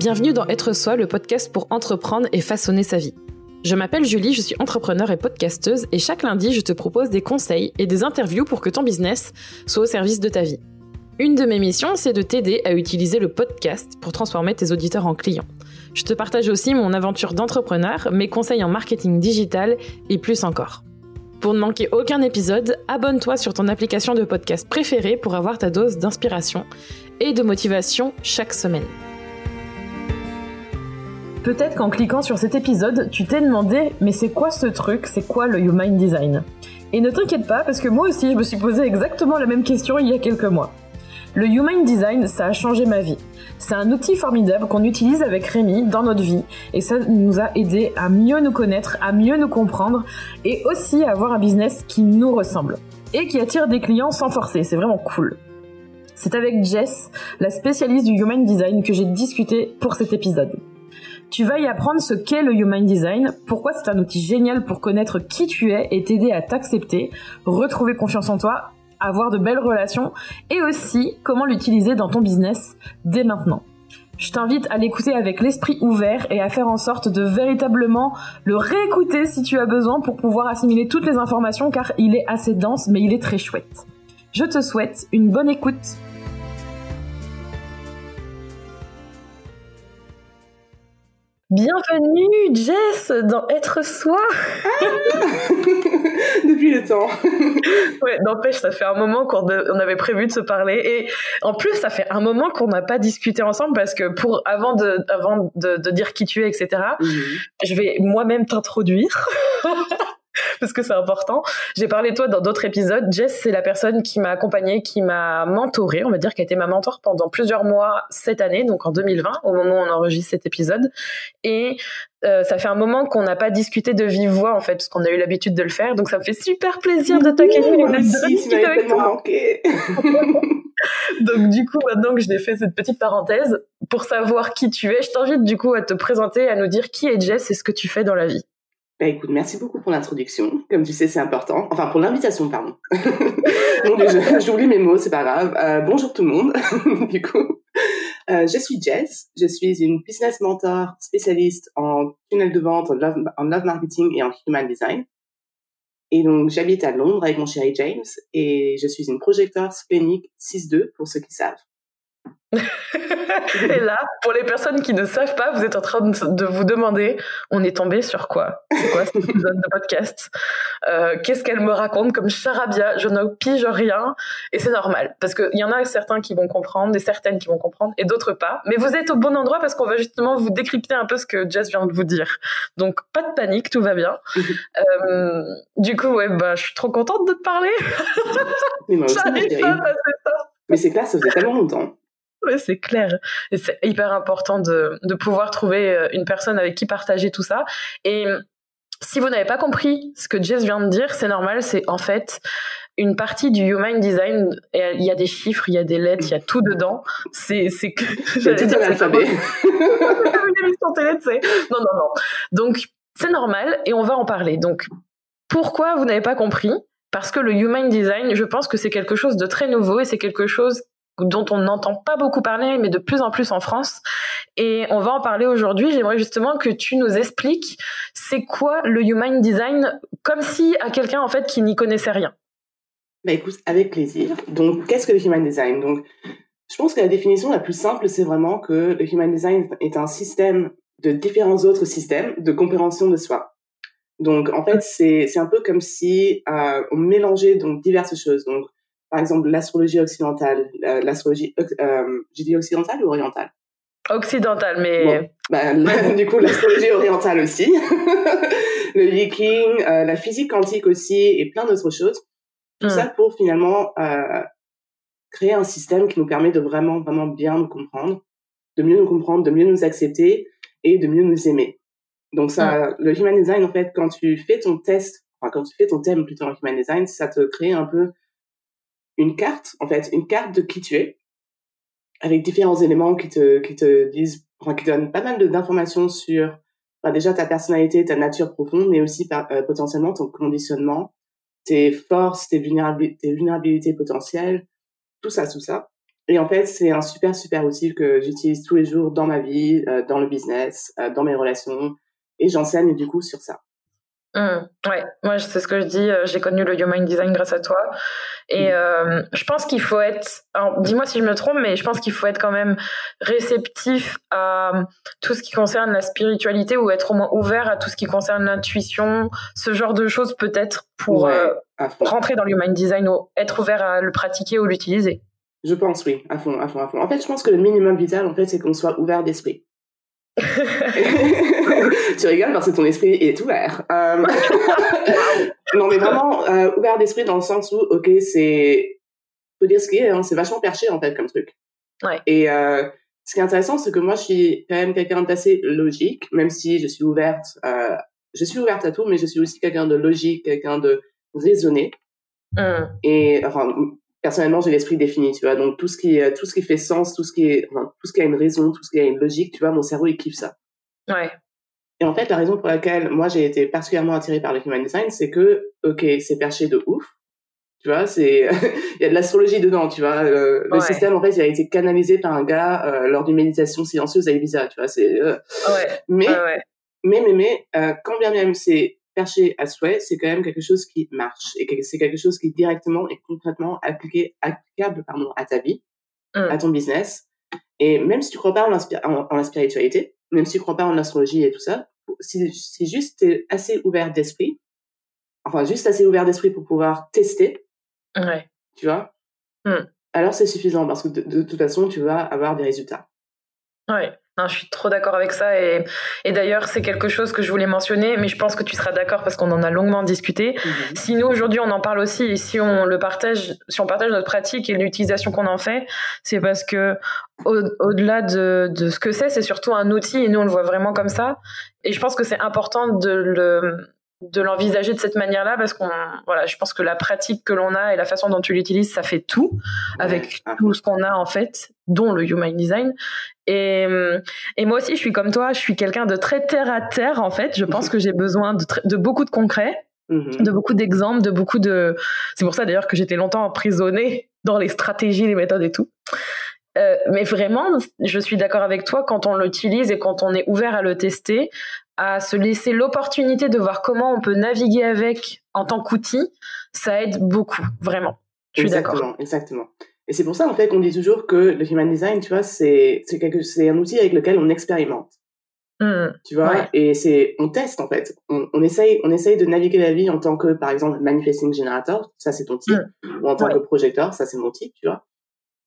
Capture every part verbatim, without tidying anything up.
Bienvenue dans Être Soi, le podcast pour entreprendre et façonner sa vie. Je m'appelle Julie, je suis entrepreneur et podcasteuse et chaque lundi, je te propose des conseils et des interviews pour que ton business soit au service de ta vie. Une de mes missions, c'est de t'aider à utiliser le podcast pour transformer tes auditeurs en clients. Je te partage aussi mon aventure d'entrepreneur, mes conseils en marketing digital et plus encore. Pour ne manquer aucun épisode, abonne-toi sur ton application de podcast préférée pour avoir ta dose d'inspiration et de motivation chaque semaine. Peut-être qu'en cliquant sur cet épisode, tu t'es demandé « mais c'est quoi ce truc ? C'est quoi le Human Design ?» Et ne t'inquiète pas, parce que moi aussi, je me suis posé exactement la même question il y a quelques mois. Le Human Design, ça a changé ma vie. C'est un outil formidable qu'on utilise avec Rémi dans notre vie et ça nous a aidé à mieux nous connaître, à mieux nous comprendre et aussi à avoir un business qui nous ressemble et qui attire des clients sans forcer. C'est vraiment cool. C'est avec Jess, la spécialiste du Human Design, que j'ai discuté pour cet épisode. Tu vas y apprendre ce qu'est le Human Design, pourquoi c'est un outil génial pour connaître qui tu es et t'aider à t'accepter, retrouver confiance en toi, avoir de belles relations et aussi comment l'utiliser dans ton business dès maintenant. Je t'invite à l'écouter avec l'esprit ouvert et à faire en sorte de véritablement le réécouter si tu as besoin pour pouvoir assimiler toutes les informations car il est assez dense mais il est très chouette. Je te souhaite une bonne écoute. Bienvenue Jess dans Être Soi. Depuis le temps. Ouais, n'empêche, ça fait un moment qu'on de, on avait prévu de se parler et en plus ça fait un moment qu'on n'a pas discuté ensemble parce que pour avant de avant de, de dire qui tu es, et cetera. Mm-hmm. Je vais moi-même t'introduire. Parce que c'est important. J'ai parlé de toi dans d'autres épisodes. Jess, c'est la personne qui m'a accompagnée, qui m'a mentorée, on va dire, qui a été ma mentor pendant plusieurs mois cette année, donc en deux mille vingt, au moment où on enregistre cet épisode. Et euh, ça fait un moment qu'on n'a pas discuté de vive voix, en fait, parce qu'on a eu l'habitude de le faire. Donc ça me fait super plaisir de t'accueillir et de discuter avec toi. Manqué. Donc du coup, maintenant que je t'ai fait cette petite parenthèse, pour savoir qui tu es, je t'invite du coup à te présenter, à nous dire qui est Jess et ce que tu fais dans la vie. Bah écoute, merci beaucoup pour l'introduction. Comme tu sais, c'est important. Enfin, pour l'invitation, pardon. Donc, je, j'oublie mes mots, c'est pas grave. Euh, bonjour tout le monde, du coup. Euh, je suis Jess. Je suis une business mentor spécialiste en tunnel de vente, en love, en love marketing et en human design. Et donc, j'habite à Londres avec mon chéri James et je suis une projecteur splénique six deux pour ceux qui savent. Et là, pour les personnes qui ne savent pas, vous êtes en train de vous demander, on est tombé sur quoi ? C'est quoi cet épisode de podcast ? euh, Qu'est-ce qu'elle me raconte comme charabia ? Je ne pige rien et c'est normal parce qu'il y en a certains qui vont comprendre et certaines qui vont comprendre et d'autres pas. Mais vous êtes au bon endroit parce qu'on va justement vous décrypter un peu ce que Jess vient de vous dire. Donc pas de panique, tout va bien. euh, du coup, ouais, bah, je suis trop contente de te parler. Mais moi aussi, J'arrive pas à passer ça. Mais c'est clair, ça faisait tellement longtemps. Ouais, c'est clair. Et c'est hyper important de, de pouvoir trouver une personne avec qui partager tout ça. Et si vous n'avez pas compris ce que Jess vient de dire, c'est normal. C'est en fait une partie du Human Design. Il y a des chiffres, il y a des lettres, il y a tout dedans. C'est, c'est que... C'est tout dans l'alphabet. C'est comme une émission télé, tu sais. Non, non, non. Donc, c'est normal et on va en parler. Donc, pourquoi vous n'avez pas compris ? Parce que le Human Design, je pense que c'est quelque chose de très nouveau et c'est quelque chose dont on n'entend pas beaucoup parler, mais de plus en plus en France. Et on va en parler aujourd'hui. J'aimerais justement que tu nous expliques c'est quoi le Human Design, comme si à quelqu'un en fait qui n'y connaissait rien. Bah écoute, avec plaisir. Donc, qu'est-ce que le Human Design ? Donc, je pense que la définition la plus simple, c'est vraiment que le Human Design est un système de différents autres systèmes de compréhension de soi. Donc, en fait, c'est c'est un peu comme si euh, on mélangeait donc diverses choses. Donc, par exemple, l'astrologie occidentale, euh, l'astrologie, euh, j'ai dit occidentale ou orientale ? Occidentale, mais... Bon, bah, du coup, l'astrologie orientale aussi, le Viking, euh, la physique quantique aussi, et plein d'autres choses. Tout mmh. ça pour finalement euh, créer un système qui nous permet de vraiment, vraiment bien nous comprendre, de mieux nous comprendre, de mieux nous accepter et de mieux nous aimer. Donc ça, mmh. le Human Design, en fait, quand tu fais ton test, enfin, quand tu fais ton thème plutôt en Human Design, ça te crée un peu une carte, en fait, une carte de qui tu es, avec différents éléments qui te, qui te disent, enfin, qui te donnent pas mal de, d'informations sur, enfin, déjà ta personnalité, ta nature profonde, mais aussi par, euh, potentiellement ton conditionnement, tes forces, tes vulnérabilités, tes vulnérabilités potentielles, tout ça, tout ça. Et en fait, c'est un super, super outil que j'utilise tous les jours dans ma vie, euh, dans le business, euh, dans mes relations. Et j'enseigne du coup sur ça. Mmh, ouais, moi c'est ce que je dis, euh, j'ai connu le Human Design grâce à toi. Et euh, je pense qu'il faut être, alors, dis-moi si je me trompe, mais je pense qu'il faut être quand même réceptif à tout ce qui concerne la spiritualité ou être au moins ouvert à tout ce qui concerne l'intuition, ce genre de choses peut-être pour Ouais, euh, à fond. rentrer dans le Human Design ou être ouvert à le pratiquer ou l'utiliser. Je pense, oui, à fond, à fond, à fond. En fait, je pense que le minimum vital, en fait, c'est qu'on soit ouvert d'esprit. Tu rigoles parce que ton esprit est ouvert. Euh... non, mais vraiment, euh, ouvert d'esprit dans le sens où, ok, c'est... faut dire ce qui est, hein, c'est vachement perché, en fait, comme truc. Ouais. Et euh, ce qui est intéressant, c'est que moi, je suis quand même quelqu'un d'assez logique, même si je suis ouverte... Euh, je suis ouverte à tout, mais je suis aussi quelqu'un de logique, quelqu'un de raisonné. Mm. Et, enfin... personnellement, j'ai l'esprit défini, tu vois. Donc, tout ce qui, tout ce qui fait sens, tout ce qui est, enfin, tout ce qui a une raison, tout ce qui a une logique, tu vois, mon cerveau, il kiffe ça. Ouais. Et en fait, la raison pour laquelle moi, j'ai été particulièrement attirée par le Human Design, c'est que, ok, c'est perché de ouf. Tu vois, c'est, il y a de l'astrologie dedans, tu vois. Le, ouais. le système, en fait, il a été canalisé par un gars, euh, lors d'une méditation silencieuse à Ibiza, tu vois. C'est, euh... ouais. Mais, ouais, ouais. mais, mais, mais, euh, quand bien même c'est perché à souhait, c'est quand même quelque chose qui marche et que c'est quelque chose qui est directement et concrètement appliqué, applicable, pardon, à ta vie, mm. à ton business. Et même si tu crois pas en la, en, en la spiritualité, même si tu crois pas en l'astrologie et tout ça, si, si juste t'es assez ouvert d'esprit, enfin, juste assez ouvert d'esprit pour pouvoir tester, ouais. tu vois, mm. alors c'est suffisant parce que de, de, de toute façon, tu vas avoir des résultats. Ouais. Non, je suis trop d'accord avec ça et, et d'ailleurs c'est quelque chose que je voulais mentionner, mais je pense que tu seras d'accord parce qu'on en a longuement discuté. Mm-hmm. Si nous aujourd'hui on en parle aussi et si on le partage, si on partage notre pratique et l'utilisation qu'on en fait, c'est parce que au, au-delà de, de ce que c'est, c'est surtout un outil et nous on le voit vraiment comme ça. Et je pense que c'est important de le de l'envisager de cette manière-là parce qu'on voilà, je pense que la pratique que l'on a et la façon dont tu l'utilises, ça fait tout avec ouais. tout ce qu'on a en fait, dont le Human Design. Et, et moi aussi, je suis comme toi, je suis quelqu'un de très terre à terre en fait. Je pense que j'ai besoin de, de beaucoup de concret, mm-hmm. de beaucoup d'exemples, de beaucoup de. C'est pour ça d'ailleurs que j'étais longtemps emprisonnée dans les stratégies, les méthodes et tout. Euh, mais vraiment, je suis d'accord avec toi quand on l'utilise et quand on est ouvert à le tester, à se laisser l'opportunité de voir comment on peut naviguer avec en tant qu'outil, ça aide beaucoup, vraiment. Je suis exactement, d'accord. Exactement. Et c'est pour ça, en fait, qu'on dit toujours que le Human Design, tu vois, c'est, c'est quelque, c'est un outil avec lequel on expérimente. Mmh, tu vois, ouais. Et c'est, on teste, en fait. On, on essaye, on essaye de naviguer la vie en tant que, par exemple, Manifesting Generator, ça c'est ton type, mmh. ou en tant ouais. que projecteur, ça c'est mon type, tu vois.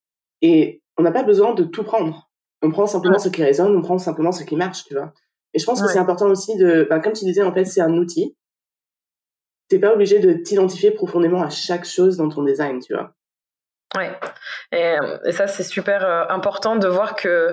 Et on n'a pas besoin de tout prendre. On prend simplement ouais. ce qui résonne, on prend simplement ce qui marche, tu vois. Et je pense ouais. que c'est important aussi de, ben, comme tu disais, en fait, c'est un outil. T'es pas obligé de t'identifier profondément à chaque chose dans ton design, tu vois. Ouais, et, et ça c'est super euh, important de voir que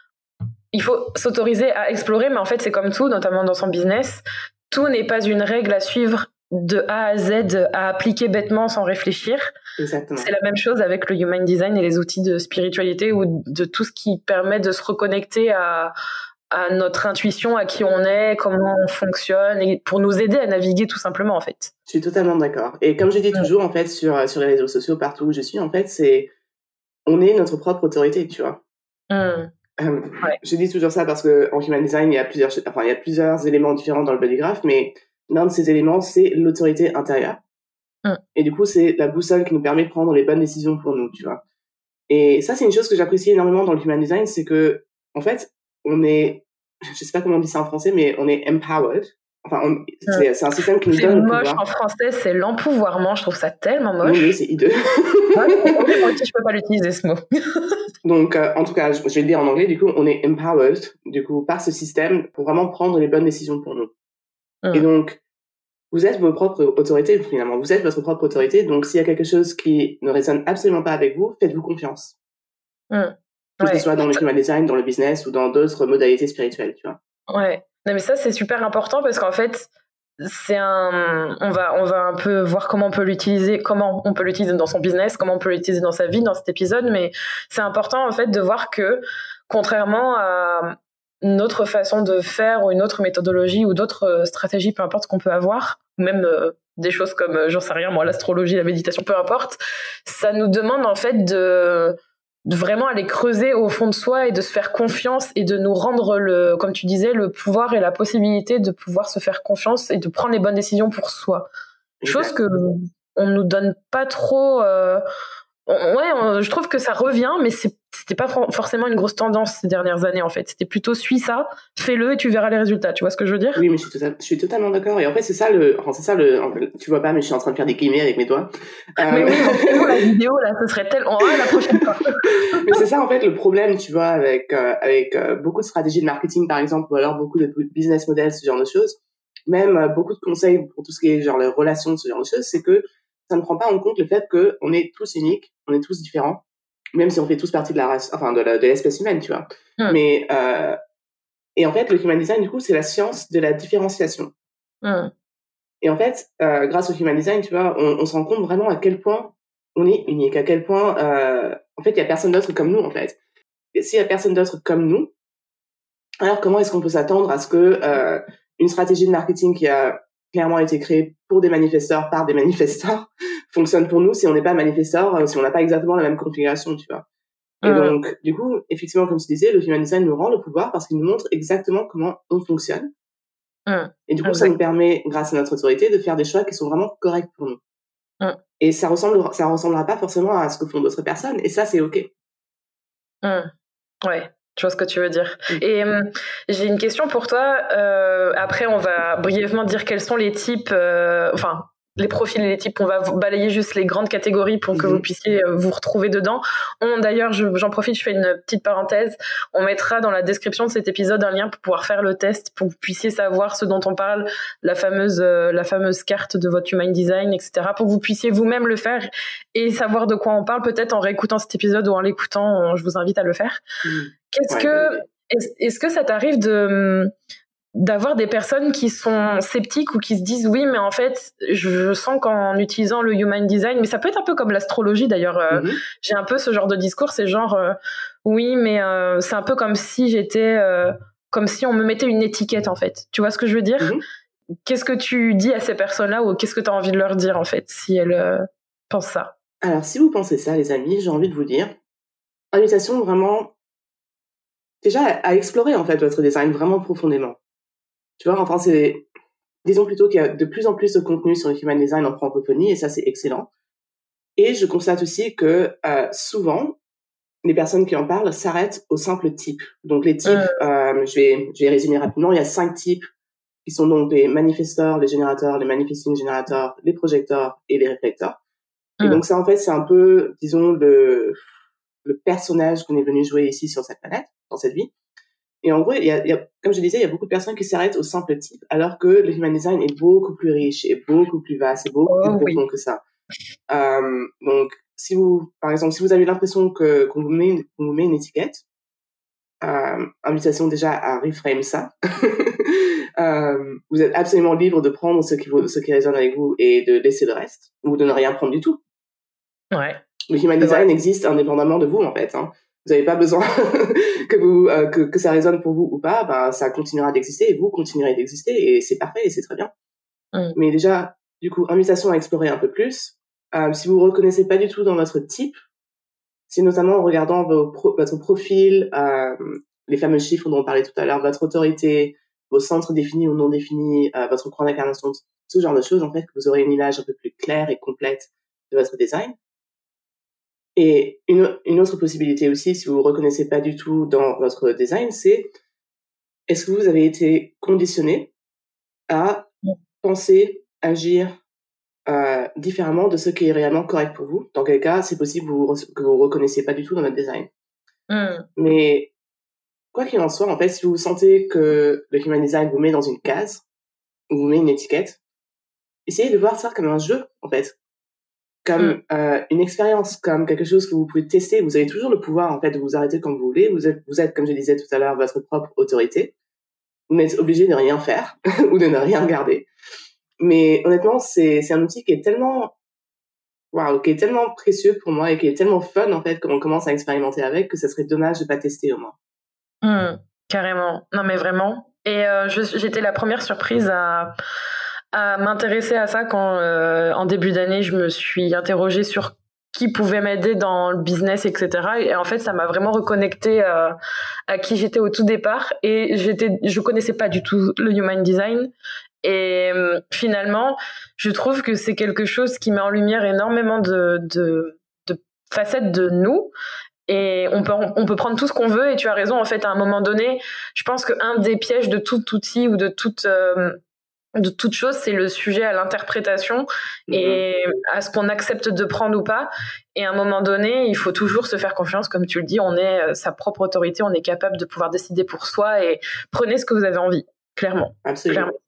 il faut s'autoriser à explorer, mais en fait c'est comme tout, notamment dans son business, tout n'est pas une règle à suivre de A à Z, à appliquer bêtement sans réfléchir. Exactement. C'est la même chose avec le Human Design et les outils de spiritualité ou de tout ce qui permet de se reconnecter à, à notre intuition, à qui on est, comment on fonctionne, et pour nous aider à naviguer tout simplement en fait. Je suis totalement d'accord. Et comme je dis toujours en fait sur sur les réseaux sociaux partout où je suis, en fait c'est on est notre propre autorité, tu vois. Mm. Euh, ouais. Je dis toujours ça parce que en Human Design il y a plusieurs enfin il y a plusieurs éléments différents dans le body graph, mais l'un de ces éléments c'est l'autorité intérieure. Mm. Et du coup c'est la boussole qui nous permet de prendre les bonnes décisions pour nous, tu vois. Et ça c'est une chose que j'apprécie énormément dans le Human Design, c'est que en fait on est, je sais pas comment on dit ça en français, mais on est empowered. Enfin, on, c'est, c'est un système qui nous c'est donne le pouvoir. pouvoir. C'est moche en français, c'est l'empouvoirment. Je trouve ça tellement moche. Oui, oui, c'est hideux. Moi aussi, je peux pas l'utiliser ce mot. Donc, euh, en tout cas, je, je vais le dire en anglais. Du coup, on est empowered, du coup, par ce système pour vraiment prendre les bonnes décisions pour nous. Mm. Et donc, vous êtes vos propres autorités finalement. Vous êtes votre propre autorité. Donc, s'il y a quelque chose qui ne résonne absolument pas avec vous, faites-vous confiance. Mm. Que ouais. ce soit dans le Human Design, dans le business ou dans d'autres modalités spirituelles, tu vois. Ouais. Non, mais ça, c'est super important parce qu'en fait, c'est un, on va, on va un peu voir comment on peut l'utiliser, comment on peut l'utiliser dans son business, comment on peut l'utiliser dans sa vie, dans cet épisode. Mais c'est important, en fait, de voir que, contrairement à notre façon de faire ou une autre méthodologie ou d'autres stratégies, peu importe ce qu'on peut avoir, même euh, des choses comme, euh, j'en sais rien, moi, l'astrologie, la méditation, peu importe, ça nous demande, en fait, de, de vraiment aller creuser au fond de soi et de se faire confiance et de nous rendre, le, comme tu disais, le pouvoir et la possibilité de pouvoir se faire confiance et de prendre les bonnes décisions pour soi. Chose que on nous donne pas trop... Euh, Ouais, on, je trouve que ça revient, mais c'est, c'était pas forcément une grosse tendance ces dernières années, en fait. C'était plutôt, suis ça, fais-le et tu verras les résultats. Tu vois ce que je veux dire? Oui, mais je suis, tota- je suis totalement d'accord. Et en fait, c'est ça le, enfin, c'est ça le, tu vois pas, mais je suis en train de faire des guillemets avec mes doigts. Mais euh... oui, en vidéo, la vidéo, là, ce serait tellement, oh, la prochaine fois. Mais c'est ça, en fait, le problème, tu vois, avec, euh, avec euh, beaucoup de stratégies de marketing, par exemple, ou alors beaucoup de business models, ce genre de choses. Même euh, beaucoup de conseils pour tout ce qui est, genre, les relations, ce genre de choses, c'est que ça ne prend pas en compte le fait qu'on est tous uniques, on est tous différents, même si on fait tous partie de la race, enfin de, la, de l'espèce humaine, tu vois. Mm. Mais euh, et en fait, le human design, du coup, c'est la science de la différenciation. Mm. Et en fait, euh, grâce au human design, tu vois, on, on se rend compte vraiment à quel point on est unique, à quel point, euh, en fait, il y a personne d'autre comme nous, en fait. Et s'il y a personne d'autre comme nous, alors comment est-ce qu'on peut s'attendre à ce que euh, une stratégie de marketing qui a clairement été créée pour des manifesteurs par des manifesteurs fonctionne pour nous si on n'est pas manifesteur, si on n'a pas exactement la même configuration, tu vois. Et mmh. donc, du coup, effectivement, comme tu disais, le human design nous rend le pouvoir parce qu'il nous montre exactement comment on fonctionne. Mmh. Et du coup, exact. Ça nous permet, grâce à notre autorité, de faire des choix qui sont vraiment corrects pour nous. Mmh. Et ça ressemble, ça ressemblera pas forcément à ce que font d'autres personnes. Et ça, c'est OK. Mmh. Ouais. Je vois ce que tu veux dire. Et euh, j'ai une question pour toi. Euh, après, on va brièvement dire quels sont les types, euh, enfin, les profils et les types. On va balayer juste les grandes catégories pour que mm-hmm. vous puissiez vous retrouver dedans. On, d'ailleurs, je, j'en profite, je fais une petite parenthèse. On mettra dans la description de cet épisode un lien pour pouvoir faire le test, pour que vous puissiez savoir ce dont on parle, la fameuse, euh, la fameuse carte de votre Human Design, et cetera, pour que vous puissiez vous-même le faire et savoir de quoi on parle, peut-être en réécoutant cet épisode ou en l'écoutant. Je vous invite à le faire. Mm. Qu'est-ce ouais, que, ouais. est-ce, est-ce que ça t'arrive de, d'avoir des personnes qui sont sceptiques ou qui se disent oui, mais en fait, je sens qu'en utilisant le Human Design, mais ça peut être un peu comme l'astrologie d'ailleurs, euh, mm-hmm. j'ai un peu ce genre de discours, c'est genre, euh, oui, mais euh, c'est un peu comme si j'étais, euh, comme si on me mettait une étiquette en fait. Tu vois ce que je veux dire? Mm-hmm. Qu'est-ce que tu dis à ces personnes-là ou qu'est-ce que tu as envie de leur dire en fait, si elles euh, pensent ça? Alors, si vous pensez ça, les amis, j'ai envie de vous dire, invitation vraiment... déjà à explorer en fait votre design vraiment profondément. Tu vois, enfin c'est, disons plutôt qu'il y a de plus en plus de contenu sur le human design en francophonie et ça c'est excellent. Et je constate aussi que euh, souvent les personnes qui en parlent s'arrêtent au simple type. Donc les types, euh... Euh, je vais je vais résumer rapidement. Il y a cinq types qui sont donc les manifesteurs, les générateurs, les manifesting générateurs, les projecteurs et les réflecteurs. Euh... Et donc ça en fait c'est un peu, disons le le personnage qu'on est venu jouer ici sur cette planète, dans cette vie. Et en gros, il y a, il y a, comme je disais, il y a beaucoup de personnes qui s'arrêtent au simple type, alors que le human design est beaucoup plus riche, et beaucoup plus vaste, et beaucoup oh, plus profond oui. que ça. Euh, donc, si vous, par exemple, si vous avez l'impression que, qu'on vous met, qu'on vous met une étiquette, euh, invitation déjà à reframe ça. euh, vous êtes absolument libre de prendre ce qui vous, ce qui résonne avec vous et de laisser le reste, ou de ne rien prendre du tout. Ouais. Le human design vrai. Existe indépendamment de vous, en fait. Hein. Vous n'avez pas besoin que, vous, euh, que, que ça résonne pour vous ou pas. Ben, ça continuera d'exister et vous continuerez d'exister. Et c'est parfait et c'est très bien. Mm. Mais déjà, du coup, invitation à explorer un peu plus. Euh, si vous ne reconnaissez pas du tout dans votre type, c'est notamment en regardant vos pro- votre profil, euh, les fameux chiffres dont on parlait tout à l'heure, votre autorité, vos centres définis ou non définis, euh, votre croix d'incarnation, ce genre de choses, en fait, que vous aurez une image un peu plus claire et complète de votre design. Et une, une autre possibilité aussi, si vous ne reconnaissez pas du tout dans votre design, c'est est-ce que vous avez été conditionné à penser, agir euh, différemment de ce qui est réellement correct pour vous? Dans quel cas, c'est possible que vous que vous reconnaissiez pas du tout dans votre design. Mm. Mais quoi qu'il en soit, en fait, si vous sentez que le human design vous met dans une case, ou vous met une étiquette, essayez de voir ça comme un jeu, en fait. Comme mm. euh, une expérience, comme quelque chose que vous pouvez tester. Vous avez toujours le pouvoir, en fait, de vous arrêter quand vous voulez. Vous êtes, vous êtes, comme je disais tout à l'heure, votre propre autorité. Vous n'êtes obligé de rien faire ou de ne rien regarder. Mais honnêtement, c'est, c'est un outil qui est tellement, waouh, qui est tellement précieux pour moi et qui est tellement fun, en fait, quand on commence à expérimenter avec, que ça serait dommage de pas tester au moins. Mm, carrément. Non, mais vraiment. Et euh, je, j'étais la première surprise à... à m'intéresser à ça quand euh, en début d'année je me suis interrogée sur qui pouvait m'aider dans le business, et cetera. Et en fait, ça m'a vraiment reconnecté à, à qui j'étais au tout départ. Et j'étais, je connaissais pas du tout le Human Design. Et euh, finalement, je trouve que c'est quelque chose qui met en lumière énormément de, de, de facettes de nous. Et on peut, on peut prendre tout ce qu'on veut. Et tu as raison, en fait, à un moment donné, je pense qu'un des pièges de tout outil ou de toute, euh, de toute chose, c'est le sujet à l'interprétation mmh. et à ce qu'on accepte de prendre ou pas. Et à un moment donné, il faut toujours se faire confiance. Comme tu le dis, on est euh, sa propre autorité, on est capable de pouvoir décider pour soi et prenez ce que vous avez envie, clairement. Absolument. Clairement.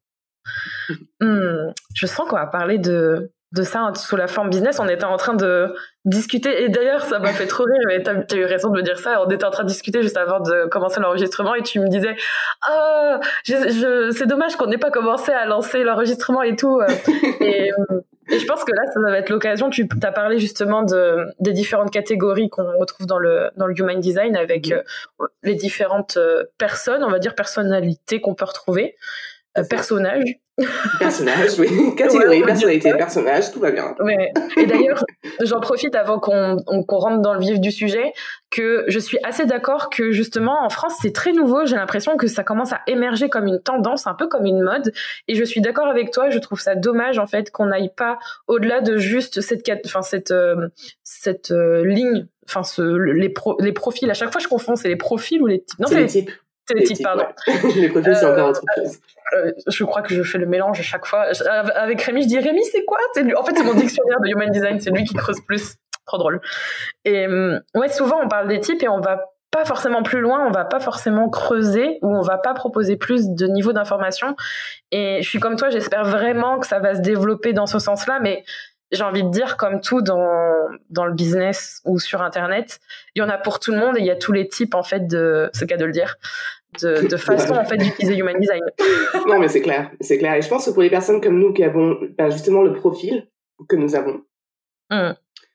Hum, je sens qu'on va parler de, de ça hein, sous la forme business. On était en train de discuter, et d'ailleurs ça m'a fait trop rire, mais t'as, t'as eu raison de me dire ça. On était en train de discuter juste avant de commencer l'enregistrement et tu me disais ah oh, je, je, c'est dommage qu'on n'ait pas commencé à lancer l'enregistrement et tout. et, et je pense que là ça va être l'occasion. Tu as parlé justement de, des différentes catégories qu'on retrouve dans le, dans le Human Design avec mmh. euh, les différentes personnes, on va dire personnalités qu'on peut retrouver. Euh, personnage. Personnage, oui. Catégorie, ouais, personnalité, personnage, tout va bien. Ouais. Et d'ailleurs, j'en profite avant qu'on, on, qu'on rentre dans le vif du sujet, que je suis assez d'accord que justement en France c'est très nouveau. J'ai l'impression que ça commence à émerger comme une tendance, un peu comme une mode. Et je suis d'accord avec toi. Je trouve ça dommage en fait qu'on n'aille pas au-delà de juste cette, enfin cette, euh, cette euh, ligne, enfin ce, les pro, les profils. À chaque fois je confonds, c'est les profils ou les types. Non, c'est, c'est les types. C'est les, les types, types, pardon. Ouais. Les profils, c'est euh, encore autre chose. Euh, je crois que je fais le mélange à chaque fois. Avec Rémi, je dis Rémi, c'est quoi c'est lui. En fait, c'est mon dictionnaire de Human Design, c'est lui qui creuse plus. Trop drôle. Et ouais, souvent, on parle des types et on va pas forcément plus loin, on va pas forcément creuser ou on va pas proposer plus de niveau d'information. Et je suis comme toi, j'espère vraiment que ça va se développer dans ce sens-là, mais j'ai envie de dire, comme tout dans, dans le business ou sur Internet, il y en a pour tout le monde et il y a tous les types, en fait, de, c'est le cas de le dire, de, de façon, en fait, d'utiliser Human Design. Non, mais c'est clair, c'est clair. Et je pense que pour les personnes comme nous qui avons bah, justement le profil que nous avons, mm.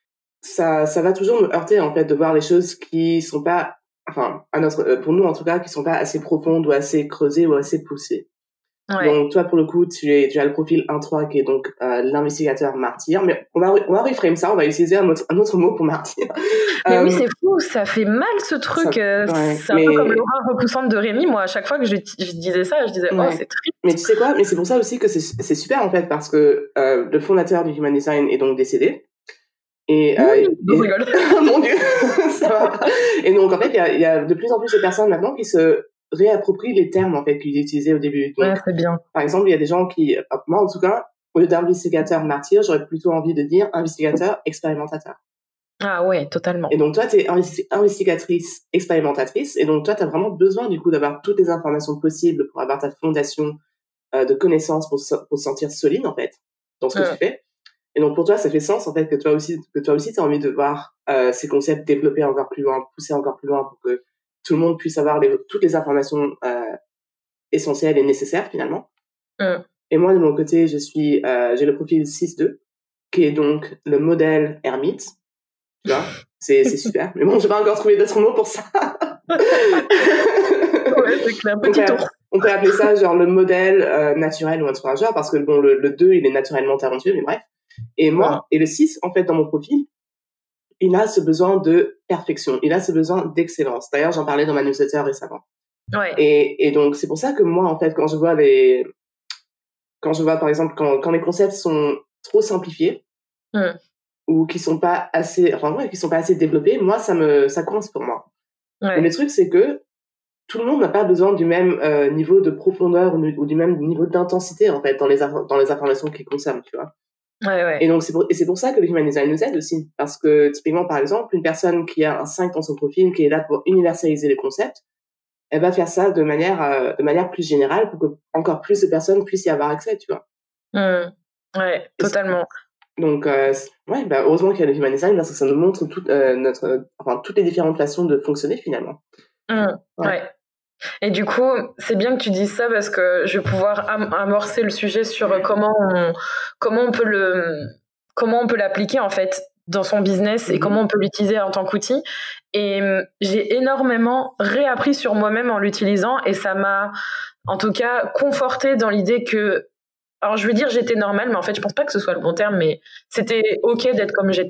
ça, ça va toujours nous heurter, en fait, de voir les choses qui sont pas, enfin, à notre, pour nous, en tout cas, qui sont pas assez profondes ou assez creusées ou assez poussées. Ouais. Donc toi pour le coup tu, es, tu as le profil un trois qui est donc euh, l'investigateur martyr, mais on va on va reframe ça, on va utiliser un autre, un autre mot pour martyr. Mais euh, oui c'est fou, ça fait mal ce truc, ça, euh, ouais, c'est mais... un peu comme l'aura repoussante de Rémi. Moi à chaque fois que je, je disais ça je disais ouais. oh c'est triste. Mais tu sais quoi, mais c'est pour ça aussi que c'est, c'est super en fait parce que euh, le fondateur du Human Design est donc décédé. Et, oui, euh, je et... rigole. Mon Dieu, ça va pas. Et donc en fait il y a, il y a de plus en plus de personnes maintenant qui se réapproprient les termes en fait qu'ils utilisaient au début. Donc, ouais, c'est bien. Par exemple, il y a des gens qui, moi en tout cas, au lieu d'investigateur martyr, j'aurais plutôt envie de dire investigateur expérimentateur. Ah ouais, totalement. Et donc toi, t'es investi- investigatrice expérimentatrice, et donc toi, t'as vraiment besoin du coup d'avoir toutes les informations possibles pour avoir ta fondation euh, de connaissances pour, so- pour se sentir solide en fait dans ce que ouais. tu fais. Et donc pour toi, ça fait sens en fait que toi aussi, que toi aussi, t'as envie de voir euh, ces concepts développer encore plus loin, pousser encore plus loin pour que tout le monde puisse avoir les, toutes les informations euh, essentielles et nécessaires finalement. Mm. Et moi de mon côté, je suis, euh, j'ai le profil six deux, qui est donc le modèle ermite. Tu vois, c'est c'est super. Mais bon, j'ai pas encore trouvé d'autres mots pour ça. Ouais, c'est clair. Petit on, peut, on peut appeler ça genre le modèle euh, naturel ou entourageur parce que bon, le, le deux il est naturellement talentueux, mais bref. Et moi, ouais. et le six en fait dans mon profil, il a ce besoin de perfection, il a ce besoin d'excellence. D'ailleurs, j'en parlais dans ma newsletter récemment. Ouais. Et, et donc, c'est pour ça que moi, en fait, quand je vois les, quand je vois, par exemple, quand, quand les concepts sont trop simplifiés, mm. ou qui sont pas assez, enfin, ouais, qui sont pas assez développés, moi, ça me, ça coince pour moi. Ouais. Mais le truc, c'est que tout le monde n'a pas besoin du même euh, niveau de profondeur ou, ou du même niveau d'intensité, en fait, dans les, dans les informations qu'ils consomment, tu vois. Ouais, ouais. Et donc, c'est pour, et c'est pour ça que le Human Design nous aide aussi. Parce que, typiquement, par exemple, une personne qui a un cinq dans son profil, qui est là pour universaliser les concepts, elle va faire ça de manière, euh, de manière plus générale pour que encore plus de personnes puissent y avoir accès, tu vois. Mmh. Ouais, totalement. Donc, euh, ouais, bah, heureusement qu'il y a le Human Design parce que ça nous montre tout, euh, notre, enfin, toutes les différentes façons de fonctionner, finalement. Mmh. Ouais. ouais. Et du coup, c'est bien que tu dises ça parce que je vais pouvoir am- amorcer le sujet sur comment on, comment on peut le, comment on peut l'appliquer en fait dans son business et mmh. comment on peut l'utiliser en tant qu'outil. Et j'ai énormément réappris sur moi-même en l'utilisant et ça m'a, en tout cas, conforté dans l'idée que, alors je veux dire j'étais normale, mais en fait je pense pas que ce soit le bon terme, mais c'était ok d'être comme j'étais.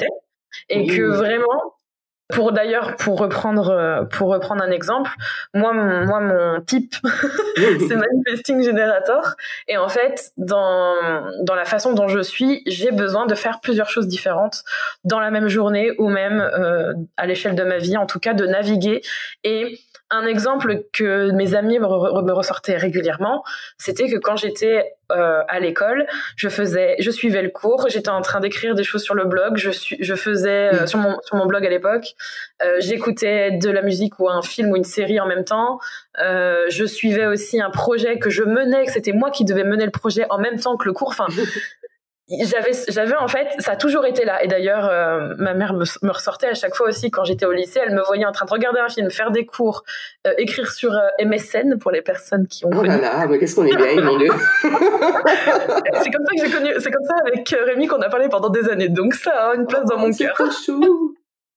Et Oui. que vraiment, pour d'ailleurs, pour reprendre, pour reprendre un exemple, moi, mon, moi, mon type, c'est Manifesting Generator. Et en fait, dans, dans la façon dont je suis, j'ai besoin de faire plusieurs choses différentes dans la même journée ou même euh, à l'échelle de ma vie, en tout cas, de naviguer. Et un exemple que mes amis me, re- me ressortaient régulièrement, c'était que quand j'étais euh, à l'école, je faisais, je suivais le cours, j'étais en train d'écrire des choses sur le blog, je suis, je faisais euh, sur mon sur mon blog à l'époque, euh, j'écoutais de la musique ou un film ou une série en même temps, euh, je suivais aussi un projet que je menais, que c'était moi qui devais mener le projet en même temps que le cours. Enfin, j'avais j'avais en fait, ça a toujours été là. Et d'ailleurs euh, ma mère me, me ressortait à chaque fois aussi quand j'étais au lycée, elle me voyait en train de regarder un film, faire des cours, euh, écrire sur euh, M S N pour les personnes qui ont Oh connu. là là, mais qu'est-ce qu'on est vieille, mon Dieu. C'est comme ça que j'ai connu, c'est comme ça avec Rémi qu'on a parlé pendant des années, donc ça a une place Oh, dans mon c'est cœur. trop chou.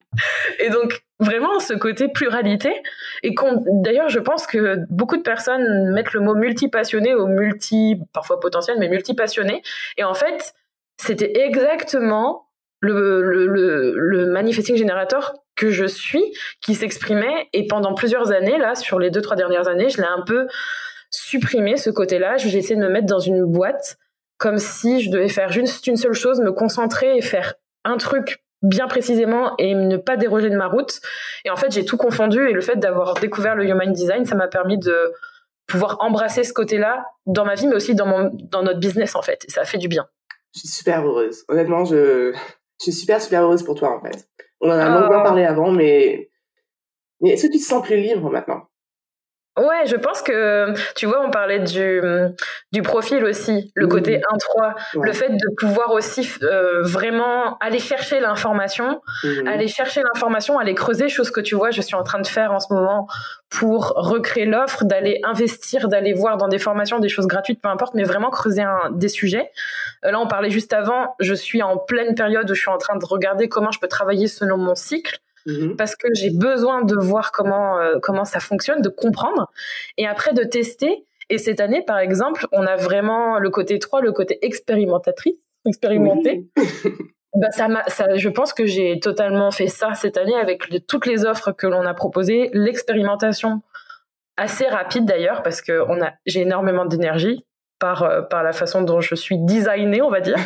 Et donc vraiment ce côté pluralité, et qu'on, d'ailleurs je pense que beaucoup de personnes mettent le mot multi-passionné ou multi, parfois potentiel, mais multi-passionné, et en fait c'était exactement le, le, le, le manifesting generator que je suis, qui s'exprimait, et pendant plusieurs années, là, sur les deux, trois dernières années, je l'ai un peu supprimé, ce côté-là. J'ai essayé de me mettre dans une boîte, comme si je devais faire juste une seule chose, me concentrer et faire un truc bien précisément et ne pas déroger de ma route. Et en fait, j'ai tout confondu, et le fait d'avoir découvert le Human Design, ça m'a permis de pouvoir embrasser ce côté-là dans ma vie, mais aussi dans, mon, dans notre business, en fait. Et ça a fait du bien. Je suis super heureuse. Honnêtement, je, je suis super, super heureuse pour toi, en fait. On en a oh. longuement parlé avant, mais, mais est-ce que tu te sens plus libre maintenant? Ouais, je pense que, tu vois, on parlait du, du profil aussi, le mmh. côté un trois, ouais. Le fait de pouvoir aussi euh, vraiment aller chercher l'information, mmh. aller chercher l'information, aller creuser, chose que tu vois, je suis en train de faire en ce moment pour recréer l'offre, d'aller investir, d'aller voir dans des formations, des choses gratuites, peu importe, mais vraiment creuser un, des sujets. Euh, là, on parlait juste avant, je suis en pleine période où je suis en train de regarder comment je peux travailler selon mon cycle. Mmh. Parce que j'ai besoin de voir comment euh, comment ça fonctionne, de comprendre, et après de tester. Et cette année, par exemple, on a vraiment le côté trois, le côté expérimentatrice, expérimenté. Oui. Bah ça m'a, ça, je pense que j'ai totalement fait ça cette année avec le, toutes les offres que l'on a proposées, l'expérimentation assez rapide d'ailleurs, parce que on a, j'ai énormément d'énergie par euh, par la façon dont je suis designée, on va dire.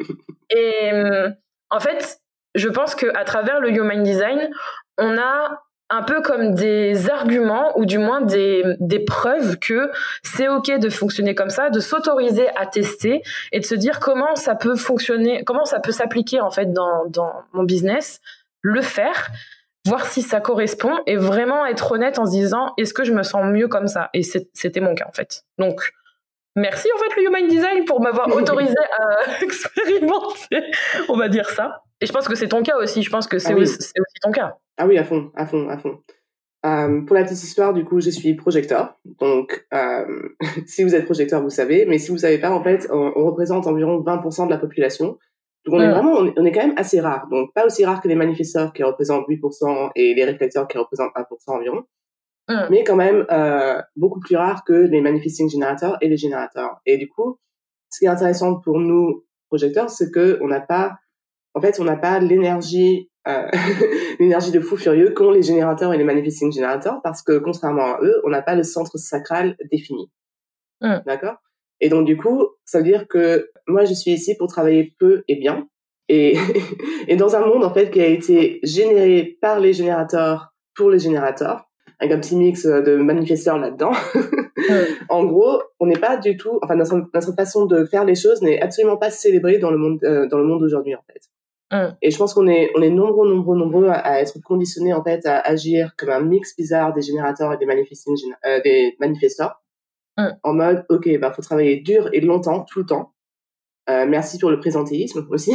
Et euh, en fait, je pense qu'à travers le Human Design, on a un peu comme des arguments, ou du moins des, des preuves que c'est OK de fonctionner comme ça, de s'autoriser à tester et de se dire comment ça peut fonctionner, comment ça peut s'appliquer en fait dans, dans mon business, le faire, voir si ça correspond, et vraiment être honnête en se disant est-ce que je me sens mieux comme ça? Et c'est, c'était mon cas en fait. Donc, merci en fait le Human Design pour m'avoir autorisé à expérimenter, on va dire ça. Et je pense que c'est ton cas aussi, je pense que c'est, ah oui. aussi, c'est aussi ton cas. Ah oui, à fond, à fond, à fond. Euh, pour la petite histoire, du coup, je suis projecteur. Donc, euh, si vous êtes projecteur, vous savez. Mais si vous savez pas, en fait, on, on représente environ vingt pour cent de la population. Donc, on mmh. est vraiment, on est, on est quand même assez rare. Donc, pas aussi rare que les manifesteurs qui représentent huit pour cent et les réflecteurs qui représentent un pour cent environ. Mmh. Mais quand même, euh, beaucoup plus rare que les manifesting générateurs et les générateurs. Et du coup, ce qui est intéressant pour nous, projecteurs, c'est que on n'a pas, en fait, on n'a pas l'énergie, euh, l'énergie de fou furieux qu'ont les générateurs et les manifesting générateurs, parce que contrairement à eux, on n'a pas le centre sacral défini. Mm. D'accord? Et donc, du coup, ça veut dire que moi, je suis ici pour travailler peu et bien. Et, et dans un monde, en fait, qui a été généré par les générateurs pour les générateurs, avec un petit mix de manifesteurs là-dedans. Mm. En gros, on n'est pas du tout, enfin, notre, notre façon de faire les choses n'est absolument pas célébrée dans le monde, euh, dans le monde d'aujourd'hui, en fait. Mm. Et je pense qu'on est, on est nombreux, nombreux, nombreux à, à être conditionnés, en fait, à agir comme un mix bizarre des générateurs et des manifesting, euh, des manifesteurs. Mm. En mode, ok, bah, faut travailler dur et longtemps, tout le temps. Euh, merci pour le présentéisme aussi.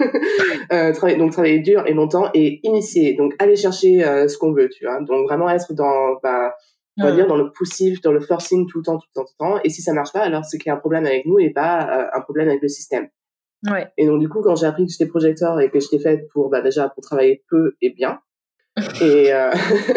euh, travailler, donc travailler dur et longtemps et initier, donc aller chercher euh, ce qu'on veut, tu vois. Donc vraiment être dans, bah, on va mm. dire dans le poussif, dans le forcing tout le temps, tout le temps, tout le temps. Et si ça marche pas, alors c'est qu'il y a un problème avec nous et pas euh, un problème avec le système. Ouais. Et donc du coup, quand j'ai appris que j'étais projecteur et que j'étais faite pour, bah déjà pour travailler peu et bien, et, euh,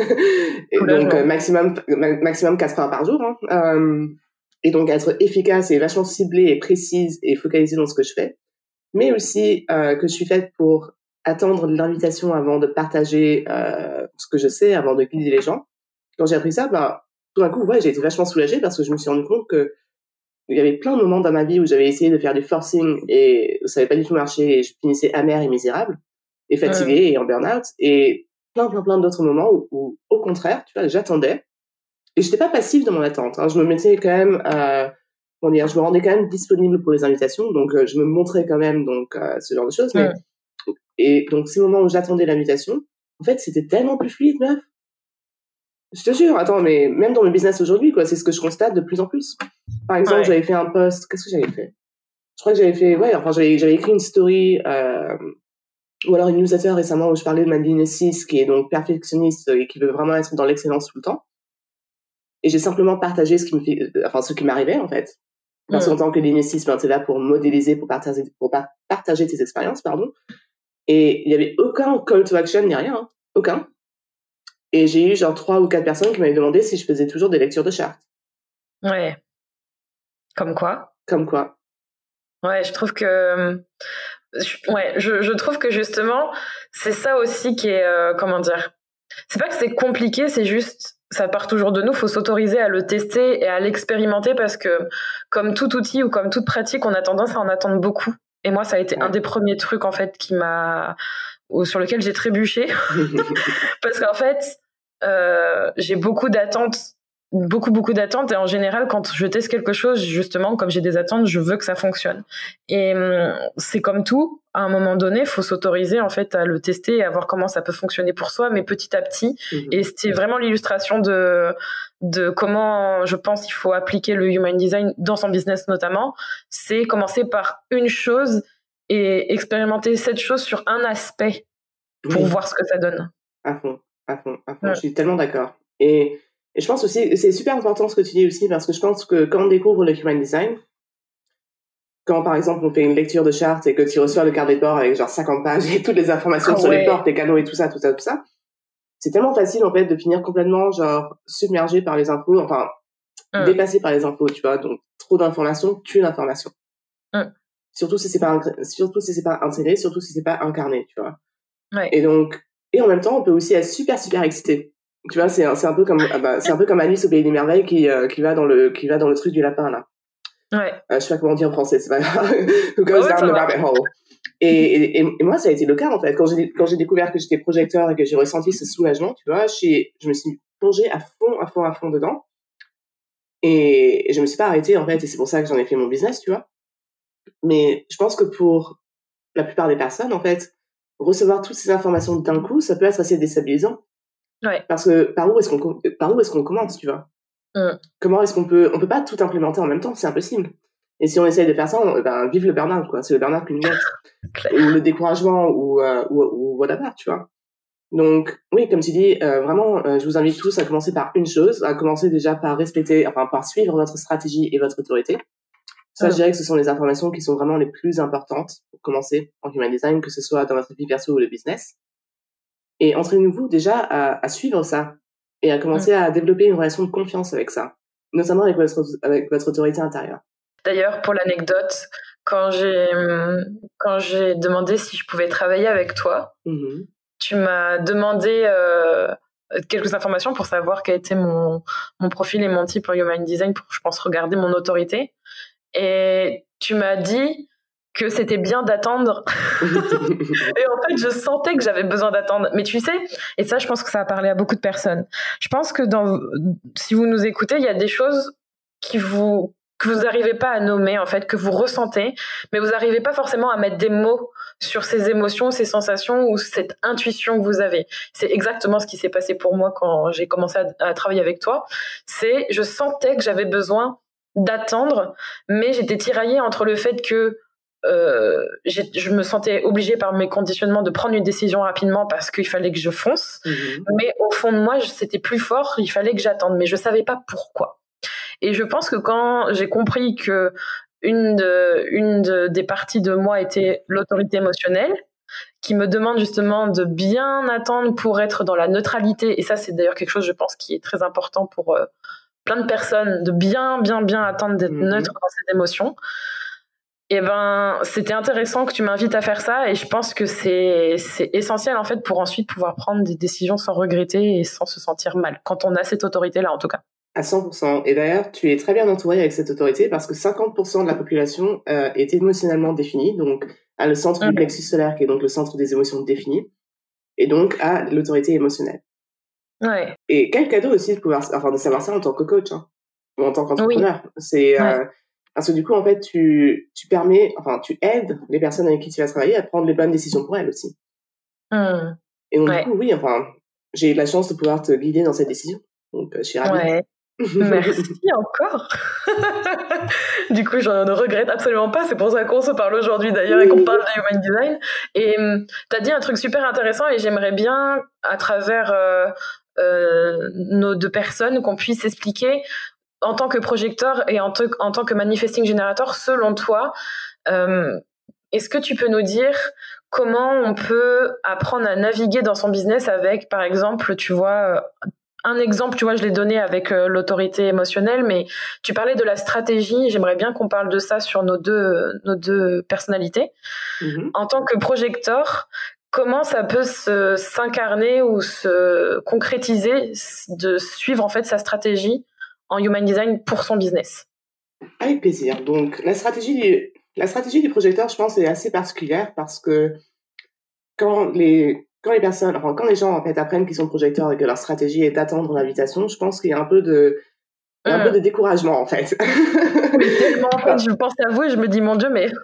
et donc euh, maximum ma- maximum quatre heures par jour, hein, euh, et donc être efficace et vachement ciblée et précise et focalisée dans ce que je fais, mais aussi euh, que je suis faite pour attendre l'invitation avant de partager euh, ce que je sais, avant de guider les gens. Quand j'ai appris ça, bah, tout d'un coup, ouais, j'ai été vachement soulagée parce que je me suis rendu compte que il y avait plein de moments dans ma vie où j'avais essayé de faire du forcing et ça n'avait pas du tout marché et je finissais amère et misérable et fatiguée mmh. et en burn-out, et plein, plein, plein d'autres moments où, où au contraire, tu vois, j'attendais et j'étais pas passive dans mon attente, hein. Je me mettais quand même, euh, comment dire, je me rendais quand même disponible pour les invitations, donc euh, je me montrais quand même, donc euh, ce genre de choses, mais mmh. et donc ces moments où j'attendais l'invitation, en fait, c'était tellement plus fluide, meuf. Je te jure, attends, mais même dans le business aujourd'hui, quoi, c'est ce que je constate de plus en plus. Par exemple, ouais. j'avais fait un post, qu'est-ce que j'avais fait? Je crois que j'avais fait, ouais, enfin, j'avais, j'avais écrit une story, euh, ou alors une newsletter récemment où je parlais de Madeline six, qui est donc perfectionniste et qui veut vraiment être dans l'excellence tout le temps. Et j'ai simplement partagé ce qui me fait, enfin, ce qui m'arrivait, en fait. Parce ouais. qu'en tant que ligne six, ben, t'es là pour modéliser, pour partager, pour partager tes expériences, pardon. Et il y avait aucun call to action ni rien, hein. Aucun. Et j'ai eu genre trois ou quatre personnes qui m'avaient demandé si je faisais toujours des lectures de chartes. Ouais. Comme quoi? Comme quoi? Ouais, je trouve que, ouais, je, je trouve que justement, c'est ça aussi qui est, euh, comment dire, c'est pas que c'est compliqué, c'est juste, ça part toujours de nous, faut s'autoriser à le tester et à l'expérimenter parce que, comme tout outil ou comme toute pratique, on a tendance à en attendre beaucoup. Et moi, ça a été ouais. un des premiers trucs, en fait, qui m'a, sur lequel j'ai trébuché. Parce qu'en fait, euh, j'ai beaucoup d'attentes, beaucoup, beaucoup d'attentes. Et en général, quand je teste quelque chose, justement, comme j'ai des attentes, je veux que ça fonctionne. Et hum, c'est comme tout. À un moment donné, il faut s'autoriser, en fait, à le tester et à voir comment ça peut fonctionner pour soi, mais petit à petit. Mm-hmm. Et c'était vraiment l'illustration de, de comment, je pense, il faut appliquer le Human Design dans son business, notamment. C'est commencer par une chose et expérimenter cette chose sur un aspect pour oui. voir ce que ça donne. À fond, à fond, à fond. Ouais. Je suis tellement d'accord. Et, et je pense aussi, c'est super important ce que tu dis aussi, parce que je pense que quand on découvre le Human Design, quand par exemple on fait une lecture de charte et que tu reçois le carnet de bord avec genre cinquante pages et toutes les informations oh, sur ouais. les portes, les canaux et tout ça, tout ça, tout ça, c'est tellement facile en fait de finir complètement genre submergé par les infos, enfin mm. dépassé par les infos, tu vois. Donc trop d'informations tue l'information. Mm. Surtout si c'est pas surtout si c'est pas intégré, surtout si c'est pas incarné, tu vois. Ouais. Et donc et en même temps, on peut aussi être super super excité. Tu vois, c'est c'est un peu comme ah bah, c'est un peu comme Alice au pays des merveilles qui euh, qui va dans le qui va dans le truc du lapin là. Ouais. Euh, je sais pas comment dire en français, c'est pas grave. Who goes down the rabbit hole. Et, et, et moi, ça a été le cas en fait. Quand j'ai quand j'ai découvert que j'étais projecteur et que j'ai ressenti ce soulagement, tu vois, je je me suis plongée à fond, à fond, à fond dedans. Et, et je me suis pas arrêtée en fait. Et c'est pour ça que j'en ai fait mon business, tu vois. Mais je pense que pour la plupart des personnes, en fait, recevoir toutes ces informations d'un coup, ça peut être assez déstabilisant. Ouais. Parce que par où est-ce qu'on par où est-ce qu'on commence, tu vois? Mm. Comment est-ce qu'on peut on peut pas tout implémenter en même temps, c'est impossible. Et si on essaye de faire ça, on, ben vive le burn-out quoi, c'est le burn-out qui nous met ou le découragement ou euh, ou, ou whatever, tu vois. Donc oui, comme tu dis, euh, vraiment, euh, je vous invite tous à commencer par une chose, à commencer déjà par respecter, enfin par suivre votre stratégie et votre autorité. Ça, mm. je dirais que ce sont les informations qui sont vraiment les plus importantes pour commencer en Human Design, que ce soit dans votre vie perso ou le business. Et entraînez-vous déjà à, à suivre ça et à commencer mmh. à développer une relation de confiance avec ça, notamment avec votre, avec votre autorité intérieure. D'ailleurs, pour l'anecdote, quand j'ai, quand j'ai demandé si je pouvais travailler avec toi, mmh. tu m'as demandé euh, quelques informations pour savoir quel était mon, mon profil et mon type en Human Design pour, je pense, regarder mon autorité. Et tu m'as dit que c'était bien d'attendre. Et en fait, je sentais que j'avais besoin d'attendre. Mais tu sais, et ça, je pense que ça a parlé à beaucoup de personnes. Je pense que dans, si vous nous écoutez, il y a des choses qui vous, que vous n'arrivez pas à nommer, en fait, que vous ressentez, mais vous n'arrivez pas forcément à mettre des mots sur ces émotions, ces sensations ou cette intuition que vous avez. C'est exactement ce qui s'est passé pour moi quand j'ai commencé à, à travailler avec toi. C'est, je sentais que j'avais besoin d'attendre, mais j'étais tiraillée entre le fait que Euh, je me sentais obligée par mes conditionnements de prendre une décision rapidement parce qu'il fallait que je fonce. Mmh. Mais au fond de moi, c'était plus fort, il fallait que j'attende, mais je savais pas pourquoi. Et je pense que quand j'ai compris que une, de, une de, des parties de moi était l'autorité émotionnelle, qui me demande justement de bien attendre pour être dans la neutralité, et ça c'est d'ailleurs quelque chose, je pense, qui est très important pour euh, plein de personnes, de bien, bien, bien attendre d'être mmh. neutre dans cette émotion. Eh ben, c'était intéressant que tu m'invites à faire ça et je pense que c'est, c'est essentiel en fait pour ensuite pouvoir prendre des décisions sans regretter et sans se sentir mal, quand on a cette autorité-là en tout cas. À cent pour cent. Et d'ailleurs, tu es très bien entouré avec cette autorité parce que cinquante pour cent de la population euh, est émotionnellement définie, donc a le centre mmh. du plexus solaire qui est donc le centre des émotions définies, et donc a l'autorité émotionnelle. Ouais. Et quel cadeau aussi de pouvoir, enfin de savoir ça en tant que coach, hein, ou en tant qu'entrepreneur. Oui. C'est ouais. euh, parce que du coup en fait tu tu permets, enfin tu aides les personnes avec qui tu vas travailler à prendre les bonnes décisions pour elles aussi. Mmh. Et donc ouais. du coup oui, enfin j'ai eu la chance de pouvoir te guider dans cette décision. Donc euh, je suis ravie. Ouais. Merci encore. Du coup, je ne regrette absolument pas. C'est pour ça qu'on se parle aujourd'hui d'ailleurs et qu'on parle de Human Design. Et um, tu as dit un truc super intéressant et j'aimerais bien, à travers euh, euh, nos deux personnes, qu'on puisse expliquer en tant que projecteur et en, te, en tant que manifesting generator, selon toi, euh, est-ce que tu peux nous dire comment on peut apprendre à naviguer dans son business avec, par exemple, tu vois... Un exemple, tu vois, je l'ai donné avec euh, l'autorité émotionnelle, mais tu parlais de la stratégie. J'aimerais bien qu'on parle de ça sur nos deux, nos deux personnalités. Mm-hmm. En tant que projecteur, comment ça peut se, s'incarner ou se concrétiser de suivre en fait sa stratégie en Human Design pour son business? Avec plaisir. Donc, la stratégie du, la stratégie du projecteur, je pense, est assez particulière parce que quand les Quand les personnes, enfin, quand les gens, en fait, apprennent qu'ils sont projecteurs et que leur stratégie est d'attendre l'invitation, je pense qu'il y a un peu de, il y a un mmh. peu de découragement, en fait. Oui, tellement, en fait, je pense à vous et je me dis, mon Dieu, mais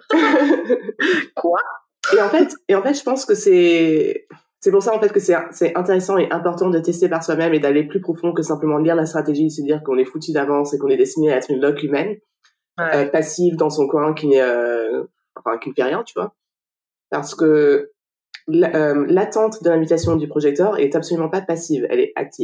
quoi? Et en fait, et en fait, je pense que c'est, c'est pour ça, en fait, que c'est, c'est intéressant et important de tester par soi-même et d'aller plus profond que simplement lire la stratégie, se dire qu'on est foutu d'avance et qu'on est destiné à être une loque humaine, ouais. euh, passive dans son coin qui n'est, euh, enfin, qui ne fait rien, tu vois. Parce que, l'attente de l'invitation du projecteur est absolument pas passive, elle est active.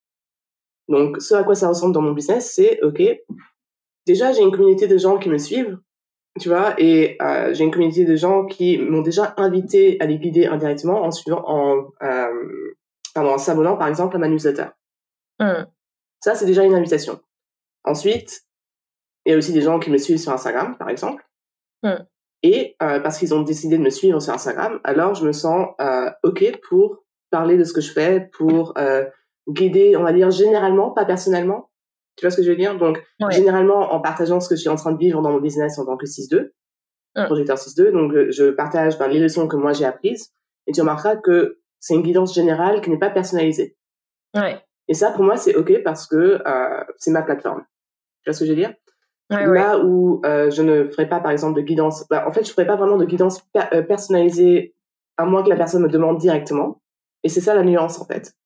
Donc, ce à quoi ça ressemble dans mon business, c'est, ok, déjà, j'ai une communauté de gens qui me suivent, tu vois, et euh, j'ai une communauté de gens qui m'ont déjà invité à les guider indirectement en suivant, en, euh, pardon, en s'abonnant, par exemple, à ma newsletter. Mm. Ça, c'est déjà une invitation. Ensuite, il y a aussi des gens qui me suivent sur Instagram, par exemple. Mm. Et euh, parce qu'ils ont décidé de me suivre sur Instagram, alors je me sens euh, OK pour parler de ce que je fais, pour euh, guider, on va dire généralement, pas personnellement. Tu vois ce que je veux dire? Donc, ouais. généralement, en partageant ce que je suis en train de vivre dans mon business en tant que six deux, ouais. projecteur six deux, donc je partage ben, les leçons que moi j'ai apprises, et tu remarqueras que c'est une guidance générale qui n'est pas personnalisée. Ouais. Et ça, pour moi, c'est OK parce que euh, c'est ma plateforme. Tu vois ce que je veux dire? Ouais, là ouais. où euh, je ne ferai pas, par exemple, de guidance... Bah, en fait, je ne ferai pas vraiment de guidance per- euh, personnalisée à moins que la personne me demande directement. Et c'est ça la nuance, en fait.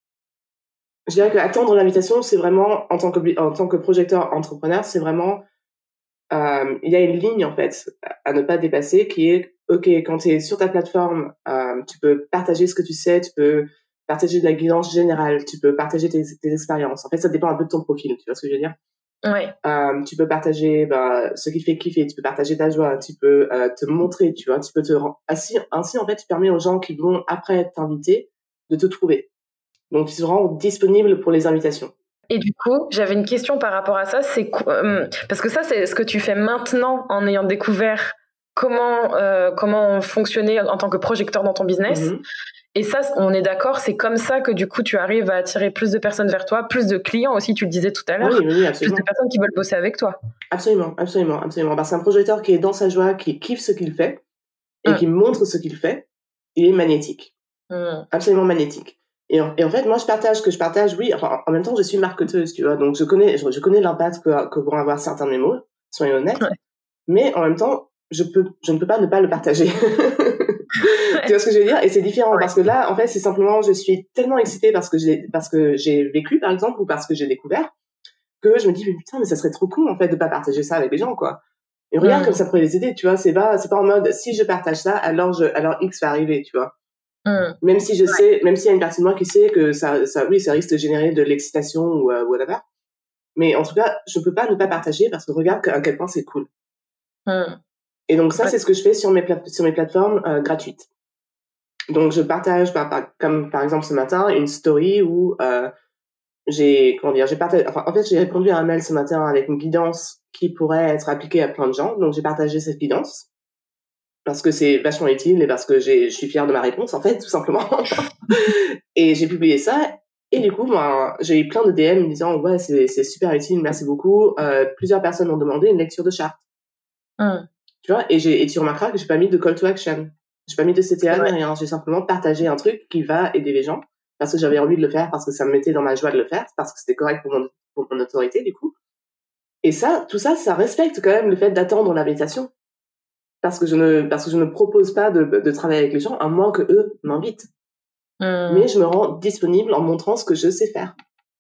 Je dirais qu'attendre l'invitation, c'est vraiment, en tant que, en tant que projecteur entrepreneur, c'est vraiment... Euh, il y a une ligne, en fait, à ne pas dépasser qui est, OK, quand tu es sur ta plateforme, euh, tu peux partager ce que tu sais, tu peux partager de la guidance générale, tu peux partager tes, tes expériences. En fait, ça dépend un peu de ton profil, tu vois ce que je veux dire? Ouais. Euh, tu peux partager bah, ce qui fait kiffer, tu peux partager ta joie, tu peux euh, te montrer, tu vois, tu peux te rendre... Ainsi, ainsi, en fait, tu permets aux gens qui vont après t'inviter de te trouver. Donc, tu te rends disponible pour les invitations. Et du coup, j'avais une question par rapport à ça, c'est euh, parce que ça, c'est ce que tu fais maintenant en ayant découvert comment euh, comment fonctionner en tant que projecteur dans ton business. Mm-hmm. Et ça, on est d'accord, c'est comme ça que du coup, tu arrives à attirer plus de personnes vers toi, plus de clients aussi, tu le disais tout à l'heure, oui, oui, absolument. plus de personnes qui veulent bosser avec toi. Absolument, absolument, absolument. Parce qu'un projecteur qui est dans sa joie, qui kiffe ce qu'il fait et mmh. qui montre ce qu'il fait, il est magnétique. Mmh. Absolument magnétique. Et en, et en fait, moi, je partage ce que je partage, oui. Enfin, en même temps, je suis marketeuse, tu vois. Donc, je connais, je, je connais l'impact que, que vont avoir certains de mes mots, soyons honnêtes. Ouais. Mais en même temps, je peux, je ne peux pas ne pas le partager. Tu vois ce que je veux dire? Et c'est différent ouais. parce que là, en fait, c'est simplement, je suis tellement excitée parce que j'ai, parce que j'ai vécu, par exemple, ou parce que j'ai découvert, que je me dis, mais putain, mais ça serait trop cool, en fait, de pas partager ça avec les gens, quoi. Et regarde mmh. comme ça pourrait les aider, tu vois. C'est pas, c'est pas en mode, si je partage ça, alors je, alors X va arriver, tu vois. Mmh. Même si je ouais. sais, même s'il y a une partie de moi qui sait que ça, ça, oui, ça risque de générer de l'excitation ou, euh, whatever. Mais en tout cas, je peux pas ne pas partager parce que regarde à quel point c'est cool. Mmh. Et donc ça, ouais. c'est ce que je fais sur mes, pla- sur mes plateformes euh, gratuites. Donc je partage, par, par, comme par exemple ce matin, une story où euh, j'ai, comment dire, j'ai partagé, enfin en fait j'ai répondu à un mail ce matin avec une guidance qui pourrait être appliquée à plein de gens. Donc j'ai partagé cette guidance parce que c'est vachement utile et parce que j'ai, je suis fière de ma réponse, en fait, tout simplement. Et j'ai publié ça. Et du coup, moi, j'ai eu plein de D M me disant, ouais, c'est, c'est super utile, merci beaucoup. Euh, plusieurs personnes m'ont demandé une lecture de charte. Mm. Tu vois, et, j'ai, et tu remarqueras que j'ai pas mis de call to action. J'ai pas mis de C T A ni rien. J'ai simplement partagé un truc qui va aider les gens parce que j'avais envie de le faire, parce que ça me mettait dans ma joie de le faire, parce que c'était correct pour mon, pour mon autorité, du coup. Et ça, tout ça, ça respecte quand même le fait d'attendre l'invitation. Parce que je ne, parce que je ne propose pas de, de travailler avec les gens à moins que eux m'invitent. Mmh. Mais je me rends disponible en montrant ce que je sais faire.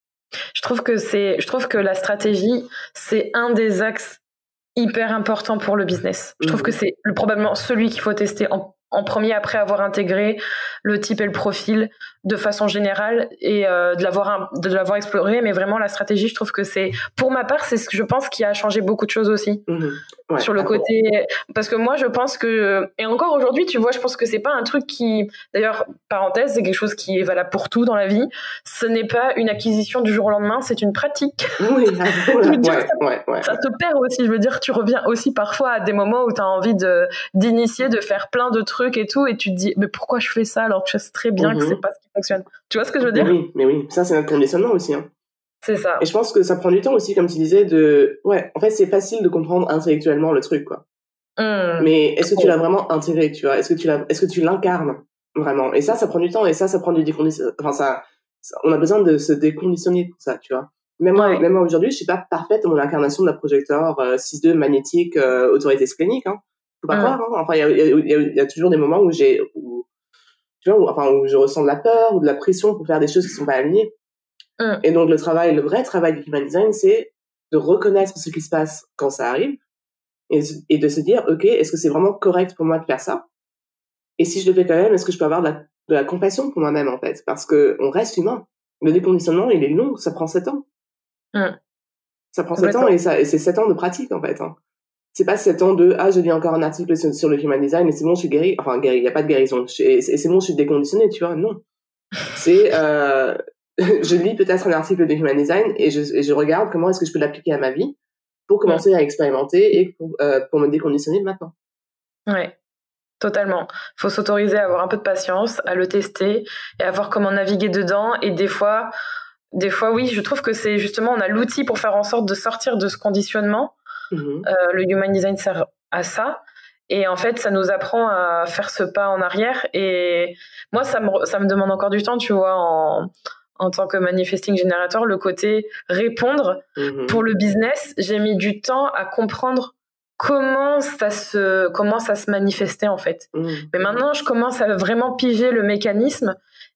Je trouve que c'est, je trouve que la stratégie, c'est un des axes hyper importants pour le business. Je trouve mmh. que c'est probablement celui qu'il faut tester en, en premier après avoir intégré le type et le profil de façon générale et euh, de l'avoir un, de l'avoir exploré. Mais vraiment, la stratégie, je trouve que c'est, pour ma part, c'est ce que je pense qui a changé beaucoup de choses aussi. Mmh. Ouais, sur le côté, parce que moi je pense que, et encore aujourd'hui tu vois, je pense que c'est pas un truc qui, d'ailleurs parenthèse, c'est quelque chose qui est valable pour tout dans la vie, ce n'est pas une acquisition du jour au lendemain, c'est une pratique. Oui, je veux dire, ouais, ça, ouais, ouais, ça te perd aussi, je veux dire, tu reviens aussi parfois à des moments où tu as envie de, d'initier, de faire plein de trucs et tout, et tu te dis mais pourquoi je fais ça alors que je sais très bien mm-hmm. que c'est pas ce qui fonctionne, tu vois ce que je veux dire? Mais oui, mais oui, ça c'est notre conditionnement aussi, hein. C'est ça. Et je pense que ça prend du temps aussi, comme tu disais, de... Ouais, en fait, c'est facile de comprendre intellectuellement le truc, quoi. Mmh. Mais est-ce que tu l'as vraiment intégré, tu vois? Est-ce que tu l'as... Est-ce que tu l'incarnes, vraiment? Et ça, ça prend du temps, et ça, ça prend du déconditionnement. Enfin, ça... On a besoin de se déconditionner pour ça, tu vois? Même moi, ouais. même moi aujourd'hui, je suis pas parfaite dans mon incarnation de la projecteur euh, six deux magnétique, euh, autorité splénique, hein. Faut pas mmh. croire, hein. Enfin, il y a, y, a, y, a, y a toujours des moments où j'ai... Où, tu vois, où, enfin, où je ressens de la peur ou de la pression pour faire des choses qui sont pas alignées. Mm. Et donc, le travail, le vrai travail du human design, c'est de reconnaître ce qui se passe quand ça arrive et, et de se dire, OK, est-ce que c'est vraiment correct pour moi de faire ça? Et si je le fais quand même, est-ce que je peux avoir de la, de la compassion pour moi-même, en fait? Parce que on reste humain. Le déconditionnement, il est long, ça prend sept ans. Mm. Ça prend sept ans et, ça, et c'est sept ans de pratique, en fait. Hein. C'est pas sept ans de, ah, je lis encore un article sur, sur le human design et c'est bon, je suis guéri. Enfin, guéri, il n'y a pas de guérison. Et c'est, c'est bon, je suis déconditionné, tu vois? Non. C'est... Euh, je lis peut-être un article de Human Design et je, et je regarde comment est-ce que je peux l'appliquer à ma vie pour commencer ouais. à expérimenter et pour, euh, pour me déconditionner maintenant. Ouais, totalement. Il faut s'autoriser à avoir un peu de patience, à le tester et à voir comment naviguer dedans. Et des fois, des fois, oui, je trouve que c'est justement, on a l'outil pour faire en sorte de sortir de ce conditionnement. Mm-hmm. Euh, le Human Design sert à ça. Et en fait, ça nous apprend à faire ce pas en arrière. Et moi, ça me, ça me demande encore du temps, tu vois, en... en tant que manifesting generator, le côté répondre mmh. pour le business, j'ai mis du temps à comprendre comment ça se, comment ça se manifestait en fait. Mmh. Mais maintenant, je commence à vraiment piger le mécanisme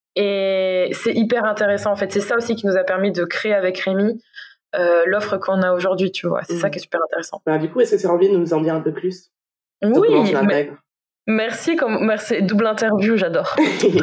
et c'est hyper intéressant en fait. C'est ça aussi qui nous a permis de créer avec Rémi euh, l'offre qu'on a aujourd'hui, tu vois. C'est mmh. ça qui est super intéressant. Bah, du coup, est-ce que tu as envie de nous en dire un peu plus? Oui, mais... merci, comme... merci. Double interview, j'adore.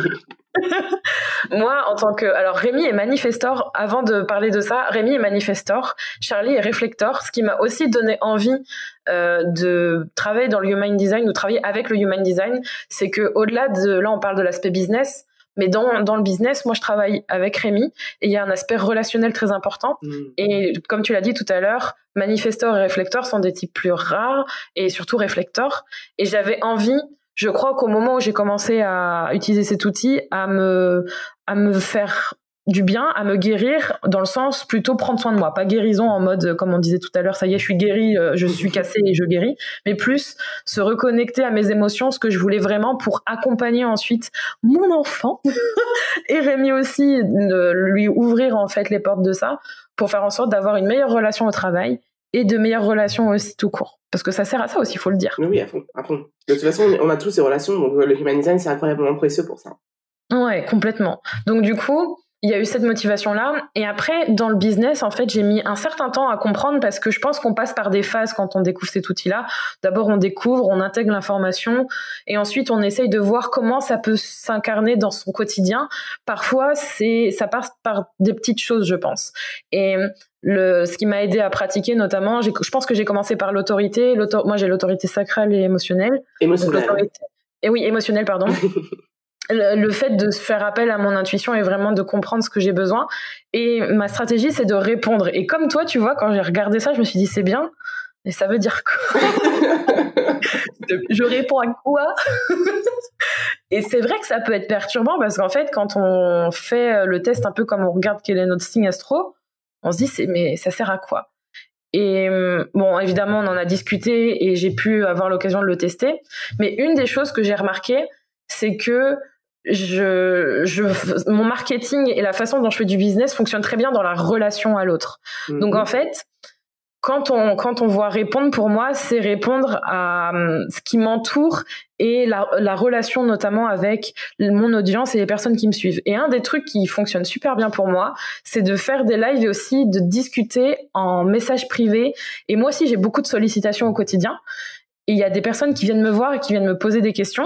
Moi, en tant que... Alors, Rémi est manifestor. Avant de parler de ça, Rémi est manifestor. Charlie est réflector. Ce qui m'a aussi donné envie euh, de travailler dans le Human Design ou travailler avec le Human Design, c'est que au-delà de... Là, on parle de l'aspect business, mais dans, dans le business, moi, je travaille avec Rémi et il y a un aspect relationnel très important. Mmh. Et comme tu l'as dit tout à l'heure, manifestor et réflector sont des types plus rares et surtout réflector. Et j'avais envie... Je crois qu'au moment où j'ai commencé à utiliser cet outil, à me, à me faire du bien, à me guérir, dans le sens plutôt prendre soin de moi. Pas guérison en mode, comme on disait tout à l'heure, ça y est, je suis guérie, je suis cassée et je guéris, mais plus se reconnecter à mes émotions, ce que je voulais vraiment pour accompagner ensuite mon enfant et Rémi aussi, de lui ouvrir en fait les portes de ça pour faire en sorte d'avoir une meilleure relation au travail et de meilleures relations aussi tout court. Parce que ça sert à ça aussi, il faut le dire. Oui, à fond, à fond. De toute façon, on a tous ces relations, donc le Human Design, c'est incroyablement précieux pour ça. Ouais, complètement. Donc du coup, il y a eu cette motivation-là. Et après, dans le business, en fait, j'ai mis un certain temps à comprendre parce que je pense qu'on passe par des phases quand on découvre cet outil-là. D'abord, on découvre, on intègre l'information et ensuite, on essaye de voir comment ça peut s'incarner dans son quotidien. Parfois, c'est, ça passe par des petites choses, je pense. Et le, ce qui m'a aidé à pratiquer, notamment, j'ai, je pense que j'ai commencé par l'autorité. L'autor, moi, j'ai l'autorité sacrale et émotionnelle. Émotionnelle. Et oui, émotionnelle, pardon. Le, le fait de faire appel à mon intuition est vraiment de comprendre ce que j'ai besoin. Et ma stratégie, c'est de répondre. Et comme toi, tu vois, quand j'ai regardé ça, je me suis dit, c'est bien. Et ça veut dire quoi? Je réponds à quoi? Et c'est vrai que ça peut être perturbant parce qu'en fait, quand on fait le test un peu comme on regarde quel est notre signe astro, on se dit, c'est, mais ça sert à quoi? Et bon, évidemment, on en a discuté et j'ai pu avoir l'occasion de le tester. Mais une des choses que j'ai remarqué, c'est que je, je, mon marketing et la façon dont je fais du business fonctionnent très bien dans la relation à l'autre. Mm-hmm. Donc en fait, quand on, quand on voit répondre, pour moi, c'est répondre à ce qui m'entoure et la, la relation notamment avec mon audience et les personnes qui me suivent. Et un des trucs qui fonctionne super bien pour moi, c'est de faire des lives et aussi de discuter en message privé. Et moi aussi, j'ai beaucoup de sollicitations au quotidien. Et il y a des personnes qui viennent me voir et qui viennent me poser des questions.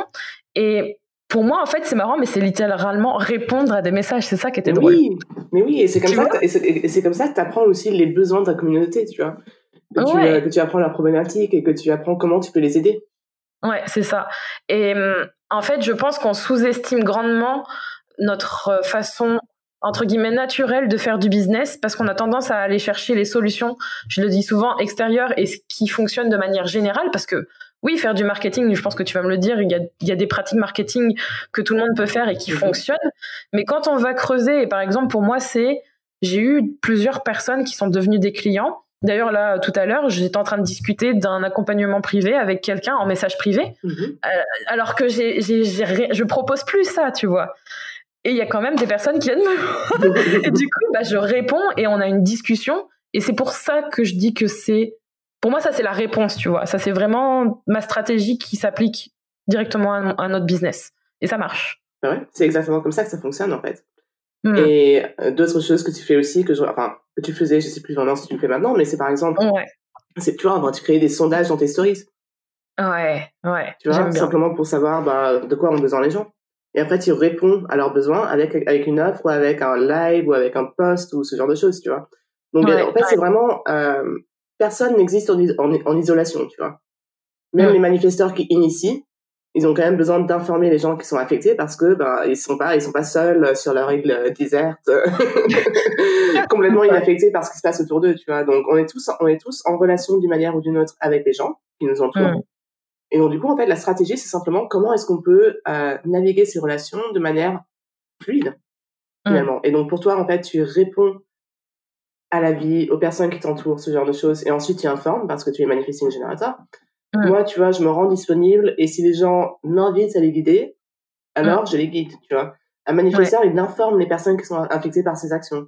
Et pour moi, en fait, c'est marrant, mais c'est littéralement répondre à des messages. C'est ça qui était mais drôle. Oui, mais oui, et c'est comme tu ça, que, et, c'est, et c'est comme ça que tu apprends aussi les besoins de ta communauté, tu vois. Que, ouais. tu, euh, que tu apprends la problématique et que tu apprends comment tu peux les aider. Ouais, c'est ça. Et euh, en fait, je pense qu'on sous-estime grandement notre façon, entre guillemets, naturelle de faire du business parce qu'on a tendance à aller chercher les solutions, je le dis souvent, extérieures et ce qui fonctionne de manière générale parce que oui, faire du marketing, je pense que tu vas me le dire, il y a, il y a des pratiques marketing que tout le monde peut faire et qui mmh. fonctionnent. Mais quand on va creuser, et par exemple, pour moi, c'est, j'ai eu plusieurs personnes qui sont devenues des clients. D'ailleurs, là, tout à l'heure, j'étais en train de discuter d'un accompagnement privé avec quelqu'un en message privé, mmh. euh, alors que j'ai, j'ai, j'ai, je propose plus ça, tu vois. Et il y a quand même des personnes qui viennent me voir. Et du coup, bah, je réponds et on a une discussion. Et c'est pour ça que je dis que c'est... Pour moi, ça, c'est la réponse, tu vois. Ça, c'est vraiment ma stratégie qui s'applique directement à, à notre business. Et ça marche. Ouais, c'est exactement comme ça que ça fonctionne, en fait. Mmh. Et euh, d'autres choses que tu fais aussi, que je, enfin, que tu faisais, je sais plus vraiment si tu le fais maintenant, mais c'est par exemple, ouais. c'est, tu vois, tu crées des sondages dans tes stories. Ouais, ouais. Tu vois, simplement pour savoir bah, de quoi ont besoin les gens. Et après, tu réponds à leurs besoins avec, avec une offre ou avec un live ou avec un post ou ce genre de choses, tu vois. Donc, ouais, en fait, ouais. c'est vraiment... Euh, personne n'existe en, en, en isolation, tu vois. Même mmh. les manifesteurs qui initient, ils ont quand même besoin d'informer les gens qui sont affectés parce que ben ils sont pas ils sont pas seuls sur leur île déserte complètement inaffectés par ce qui se passe autour d'eux, tu vois. Donc on est tous on est tous en relation d'une manière ou d'une autre avec les gens qui nous entourent. Mmh. Et donc du coup en fait la stratégie c'est simplement comment est-ce qu'on peut euh, naviguer ces relations de manière fluide finalement. Mmh. Et donc pour toi en fait tu réponds à la vie, aux personnes qui t'entourent, ce genre de choses, et ensuite tu informes parce que tu es manifesting generator. Mmh. Moi, tu vois, je me rends disponible et si les gens m'invitent à les guider, alors mmh. je les guide, tu vois. Un manifesteur, ouais. il informe les personnes qui sont affectées par ses actions.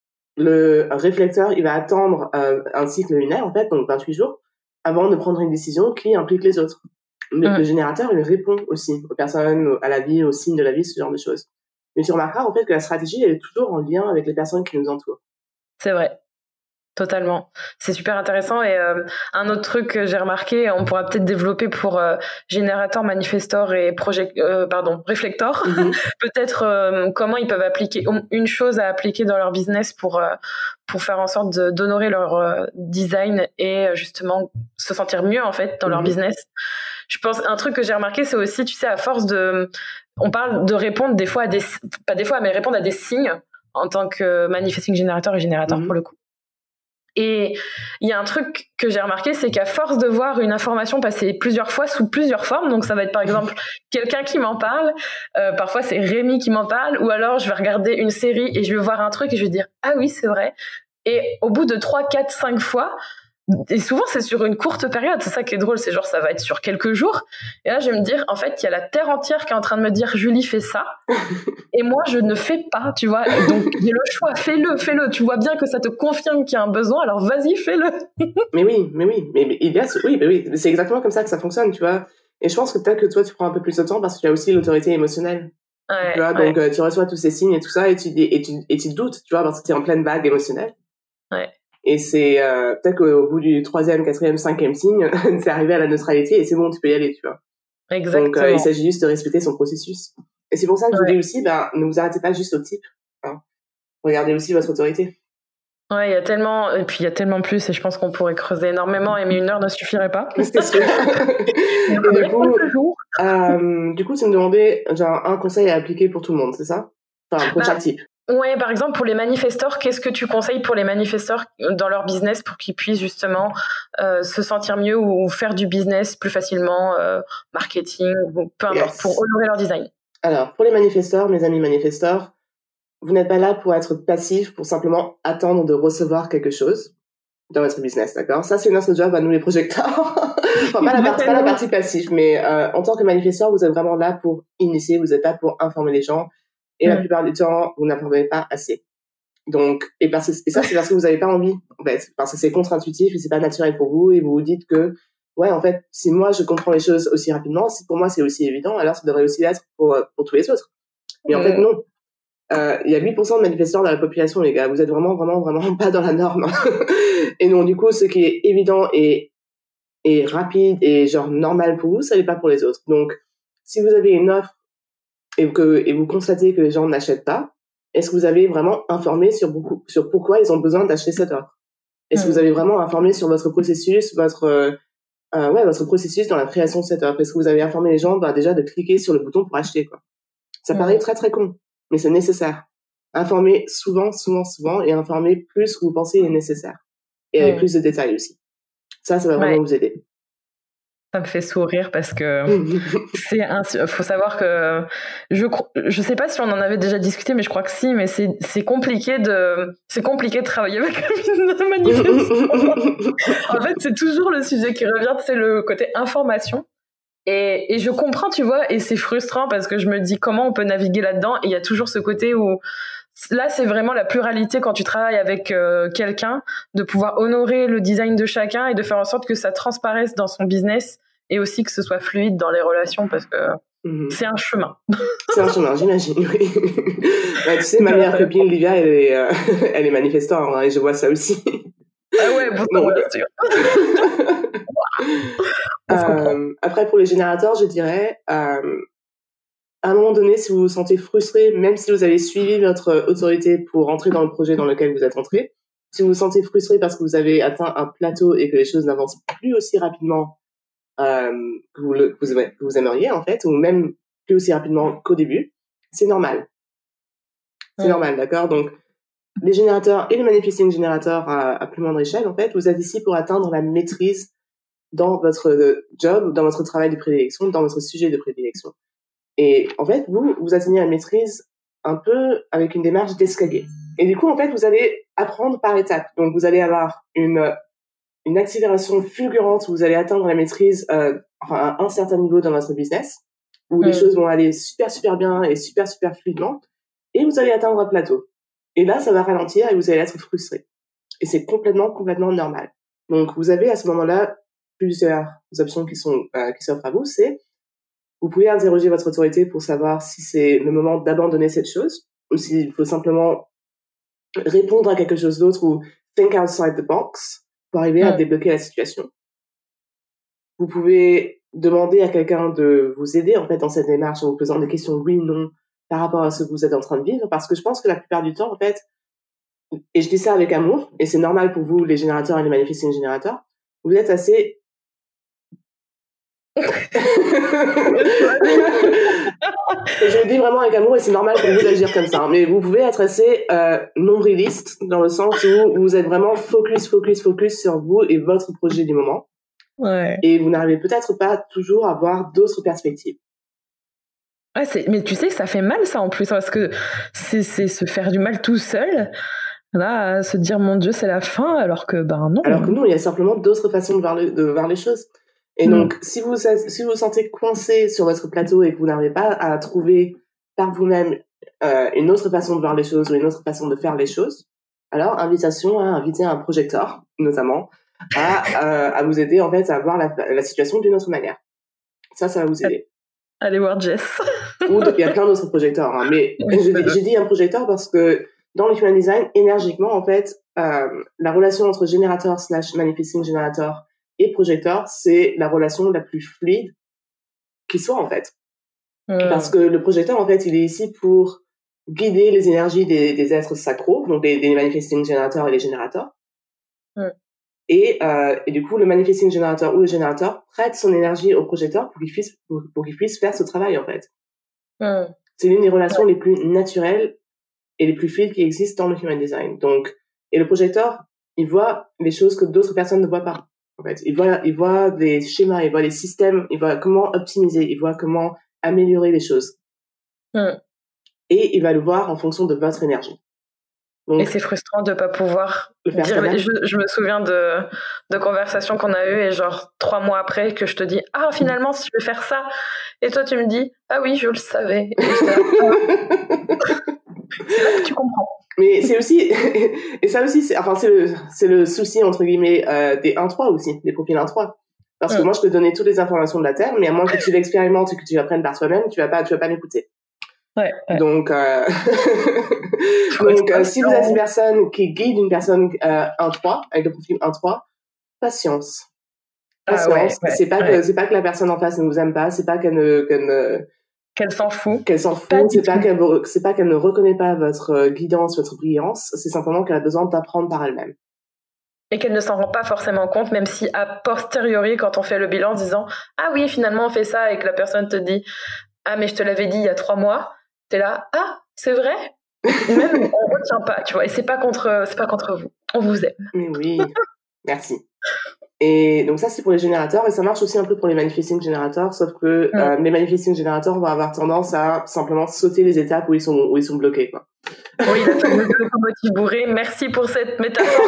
Le réflecteur, il va attendre euh, un cycle lunaire, en fait, donc vingt-huit jours, avant de prendre une décision qui implique les autres. Mais mmh. le générateur, il répond aussi aux personnes, à la vie, aux signes de la vie, ce genre de choses. Mais tu remarqueras, en fait, que la stratégie, elle est toujours en lien avec les personnes qui nous entourent. C'est vrai. Totalement. C'est super intéressant. Et euh, un autre truc que j'ai remarqué, on pourra peut-être développer pour euh, générateur, manifestor et project, euh, pardon, réflector, mm-hmm. peut-être euh, comment ils peuvent appliquer une chose à appliquer dans leur business pour euh, pour faire en sorte de, d'honorer leur euh, design et justement se sentir mieux en fait dans mm-hmm. leur business. Je pense un truc que j'ai remarqué, c'est aussi, tu sais, à force de, on parle de répondre des fois à des, pas des fois, mais répondre à des signes en tant que manifesting générateur et générateur mm-hmm. pour le coup. Et il y a un truc que j'ai remarqué, c'est qu'à force de voir une information passer plusieurs fois sous plusieurs formes, donc ça va être par exemple quelqu'un qui m'en parle, euh, parfois c'est Rémi qui m'en parle, ou alors je vais regarder une série et je vais voir un truc et je vais dire « Ah oui, c'est vrai ». Et au bout de trois, quatre, cinq fois, et souvent c'est sur une courte période, c'est ça qui est drôle, c'est genre ça va être sur quelques jours, et là je vais me dire en fait il y a la terre entière qui est en train de me dire Julie fais ça, et moi je ne fais pas, tu vois, et donc il y a le choix, fais-le, fais-le, tu vois bien que ça te confirme qu'il y a un besoin, alors vas-y fais-le. mais oui, mais oui, mais, mais il y a ce... oui, mais oui, c'est exactement comme ça que ça fonctionne, tu vois, et je pense que peut-être que toi tu prends un peu plus de temps parce qu'il y a aussi l'autorité émotionnelle, ouais, tu vois, donc ouais. euh, tu reçois tous ces signes et tout ça et tu, et tu, et tu doutes, tu vois, parce que tu es en pleine vague émotionnelle. Ouais. Et c'est euh, peut-être qu'au bout du troisième, quatrième, cinquième signe, c'est arrivé à la neutralité et c'est bon, tu peux y aller, tu vois. Exactement. Donc euh, il s'agit juste de respecter son processus. Et c'est pour ça que je ouais. vous dis aussi, ben ne vous arrêtez pas juste au type. Hein. Regardez aussi votre autorité. Ouais, il y a tellement, et puis il y a tellement plus, et je pense qu'on pourrait creuser énormément, et mais une heure ne suffirait pas. C'est sûr. et du coup, euh, du coup, tu me demandais genre un conseil à appliquer pour tout le monde, c'est ça? Enfin, pour bah, chaque type. Ouais, par exemple, pour les manifestors, qu'est-ce que tu conseilles pour les manifestors dans leur business pour qu'ils puissent justement euh, se sentir mieux ou faire du business plus facilement, euh, marketing, ou peu importe, yes. pour honorer leur design? Alors, pour les manifestors, mes amis manifestors, vous n'êtes pas là pour être passif, pour simplement attendre de recevoir quelque chose dans votre business, d'accord? Ça, c'est notre job à nous, les projecteurs. Enfin, pas la partie, pas la partie passive, mais euh, en tant que manifesteur, vous êtes vraiment là pour initier, vous êtes là pour informer les gens. Et mmh. la plupart du temps, vous n'informez pas assez. Donc, et, parce que, et ça, c'est parce que vous n'avez pas envie, en fait. Parce que c'est contre-intuitif et c'est pas naturel pour vous. Et vous vous dites que, ouais, en fait, si moi, je comprends les choses aussi rapidement, si pour moi, c'est aussi évident, alors ça devrait aussi l'être pour, pour tous les autres. Mais mmh. en fait, non. Il euh, y a huit pour cent de manifestants dans la population, les gars. Vous êtes vraiment, vraiment, vraiment pas dans la norme. Et non, du coup, ce qui est évident et, et rapide et genre normal pour vous, ça l'est pas pour les autres. Donc, si vous avez une offre et que et vous constatez que les gens n'achètent pas, est-ce que vous avez vraiment informé sur beaucoup sur pourquoi ils ont besoin d'acheter cette offre? Est-ce mmh. que vous avez vraiment informé sur votre processus, votre euh, euh, ouais votre processus dans la création de cette offre? Est-ce que vous avez informé les gens bah, déjà de cliquer sur le bouton pour acheter quoi? Ça mmh. paraît très très con, mais c'est nécessaire. Informer souvent, souvent, souvent et informer plus que vous pensez est nécessaire et avec mmh. plus de détails aussi. Ça, ça va vraiment ouais. vous aider. Ça me fait sourire parce que c'est un, faut savoir que je je sais pas si on en avait déjà discuté, mais je crois que si, mais c'est c'est compliqué de c'est compliqué de travailler avec un manifestant. En fait, c'est toujours le sujet qui revient, c'est le côté information. Et et je comprends, tu vois, et c'est frustrant parce que je me dis comment on peut naviguer là-dedans. Et il y a toujours ce côté où là, c'est vraiment la pluralité quand tu travailles avec euh, quelqu'un, de pouvoir honorer le design de chacun et de faire en sorte que ça transparaisse dans son business et aussi que ce soit fluide dans les relations parce que mmh. c'est un chemin. C'est un chemin, j'imagine, oui. Bah, tu sais, ma meilleure copine, Livia, elle est, euh, elle est manifestant hein, et je vois ça aussi. Ah ouais, bon, bon, bien sûr. euh, après, pour les générateurs, je dirais... Euh, à un moment donné, si vous vous sentez frustré, même si vous avez suivi votre autorité pour rentrer dans le projet dans lequel vous êtes entré, si vous vous sentez frustré parce que vous avez atteint un plateau et que les choses n'avancent plus aussi rapidement euh, que, vous le, que, vous, que vous aimeriez, en fait, ou même plus aussi rapidement qu'au début, c'est normal. C'est ouais. normal, d'accord? Donc, les générateurs et les manifesting générateurs à, à plus moindre échelle, en fait, vous êtes ici pour atteindre la maîtrise dans votre job, dans votre travail de prédilection, dans votre sujet de prédilection. Et en fait, vous, vous atteignez la maîtrise un peu avec une démarche d'escalier. Et du coup, en fait, vous allez apprendre par étapes. Donc, vous allez avoir une, une accélération fulgurante où vous allez atteindre la maîtrise euh, enfin, à un certain niveau dans votre business, où mmh. les choses vont aller super, super bien et super, super fluidement. Et vous allez atteindre un plateau. Et là, ça va ralentir et vous allez être frustré. Et c'est complètement, complètement normal. Donc, vous avez à ce moment-là plusieurs options qui sont euh, qui s'offrent à vous. C'est vous pouvez interroger votre autorité pour savoir si c'est le moment d'abandonner cette chose ou s'il faut simplement répondre à quelque chose d'autre ou think outside the box pour arriver mmh. à débloquer la situation. Vous pouvez demander à quelqu'un de vous aider en fait dans cette démarche en vous posant des questions oui, non par rapport à ce que vous êtes en train de vivre parce que je pense que la plupart du temps en fait, et je dis ça avec amour et c'est normal pour vous les générateurs et les manifesting générateurs, vous êtes assez je le dis vraiment avec amour et c'est normal pour vous d'agir comme ça, mais vous pouvez être assez euh, nombriliste dans le sens où vous êtes vraiment focus, focus, focus sur vous et votre projet du moment. Ouais. Et vous n'arrivez peut-être pas toujours à voir d'autres perspectives. Ouais, c'est... mais tu sais, ça fait mal ça en plus, parce que c'est, c'est se faire du mal tout seul. Là, se dire mon Dieu, c'est la fin, alors que ben non. Alors que non, il y a simplement d'autres façons de voir, le, de voir les choses. Et mmh. donc, si vous, si vous vous sentez coincé sur votre plateau et que vous n'arrivez pas à trouver par vous-même euh, une autre façon de voir les choses ou une autre façon de faire les choses, alors invitation à inviter un projecteur, notamment, à, euh, à vous aider en fait à voir la, la situation d'une autre manière. Ça, ça va vous aider. Allez voir Jess. Ou il y a plein d'autres projecteurs, hein, mais j'ai, j'ai dit un projecteur parce que dans le human design, énergiquement, en fait, euh, la relation entre générateur slash manifesting générateur et projecteur, c'est la relation la plus fluide qui soit, en fait. Mmh. Parce que le projecteur, en fait, il est ici pour guider les énergies des, des êtres sacros, donc des, des manifesting générateurs et les générateurs. Mmh. Et, euh, et du coup, le manifesting générateur ou le générateur prête son énergie au projecteur pour qu'il puisse, pour, pour qu'il puisse faire ce travail, en fait. Mmh. C'est l'une des relations ouais. les plus naturelles et les plus fluides qui existent dans le human design. Donc, et le projecteur, il voit les choses que d'autres personnes ne voient pas. En fait, il voit, il voit des schémas, il voit les systèmes, il voit comment optimiser, il voit comment améliorer les choses. Mm. Et il va le voir en fonction de votre énergie. Donc, et c'est frustrant de pas pouvoir le faire dire. Je, je me souviens de, de conversations qu'on a eues et genre trois mois après que je te dis ah finalement si je vais faire ça et toi tu me dis ah oui je le savais. Et je c'est là que tu comprends. Mais c'est aussi et ça aussi c'est enfin c'est le c'est le souci entre guillemets euh, des un trois aussi, des profils un trois. Parce que mmh. moi je peux donner toutes les informations de la Terre, mais à moins que tu l'expérimentes et que tu l'apprennes par toi-même, tu vas pas tu vas pas m'écouter. Ouais, ouais. Donc, euh... donc euh, si vous êtes une personne qui guide une personne euh, un trois avec le profil un trois, patience. Patience. Ah ouais, ouais, c'est pas ouais. que c'est pas que la personne en face ne vous aime pas, c'est pas qu'elle ne qu'elle ne qu'elle s'en fout. Qu'elle s'en fout, pas c'est pas qu'elle c'est pas qu'elle ne reconnaît pas votre guidance, votre brillance, c'est simplement qu'elle a besoin d'apprendre par elle-même. Et qu'elle ne s'en rend pas forcément compte, même si a posteriori, quand on fait le bilan en disant ah oui finalement on fait ça et que la personne te dit ah mais je te l'avais dit il y a trois mois. T'es là, ah, c'est vrai? Même, on retient pas, tu vois, et c'est pas contre, c'est pas contre vous. On vous aime. Mais oui. Merci. Et donc ça, c'est pour les générateurs, et ça marche aussi un peu pour les manifesting générateurs, sauf que, mm. euh, les manifesting générateurs vont avoir tendance à simplement sauter les étapes où ils sont, où ils sont bloqués, quoi. Oui, la fameuse locomotive bourrée. Merci pour cette métaphore.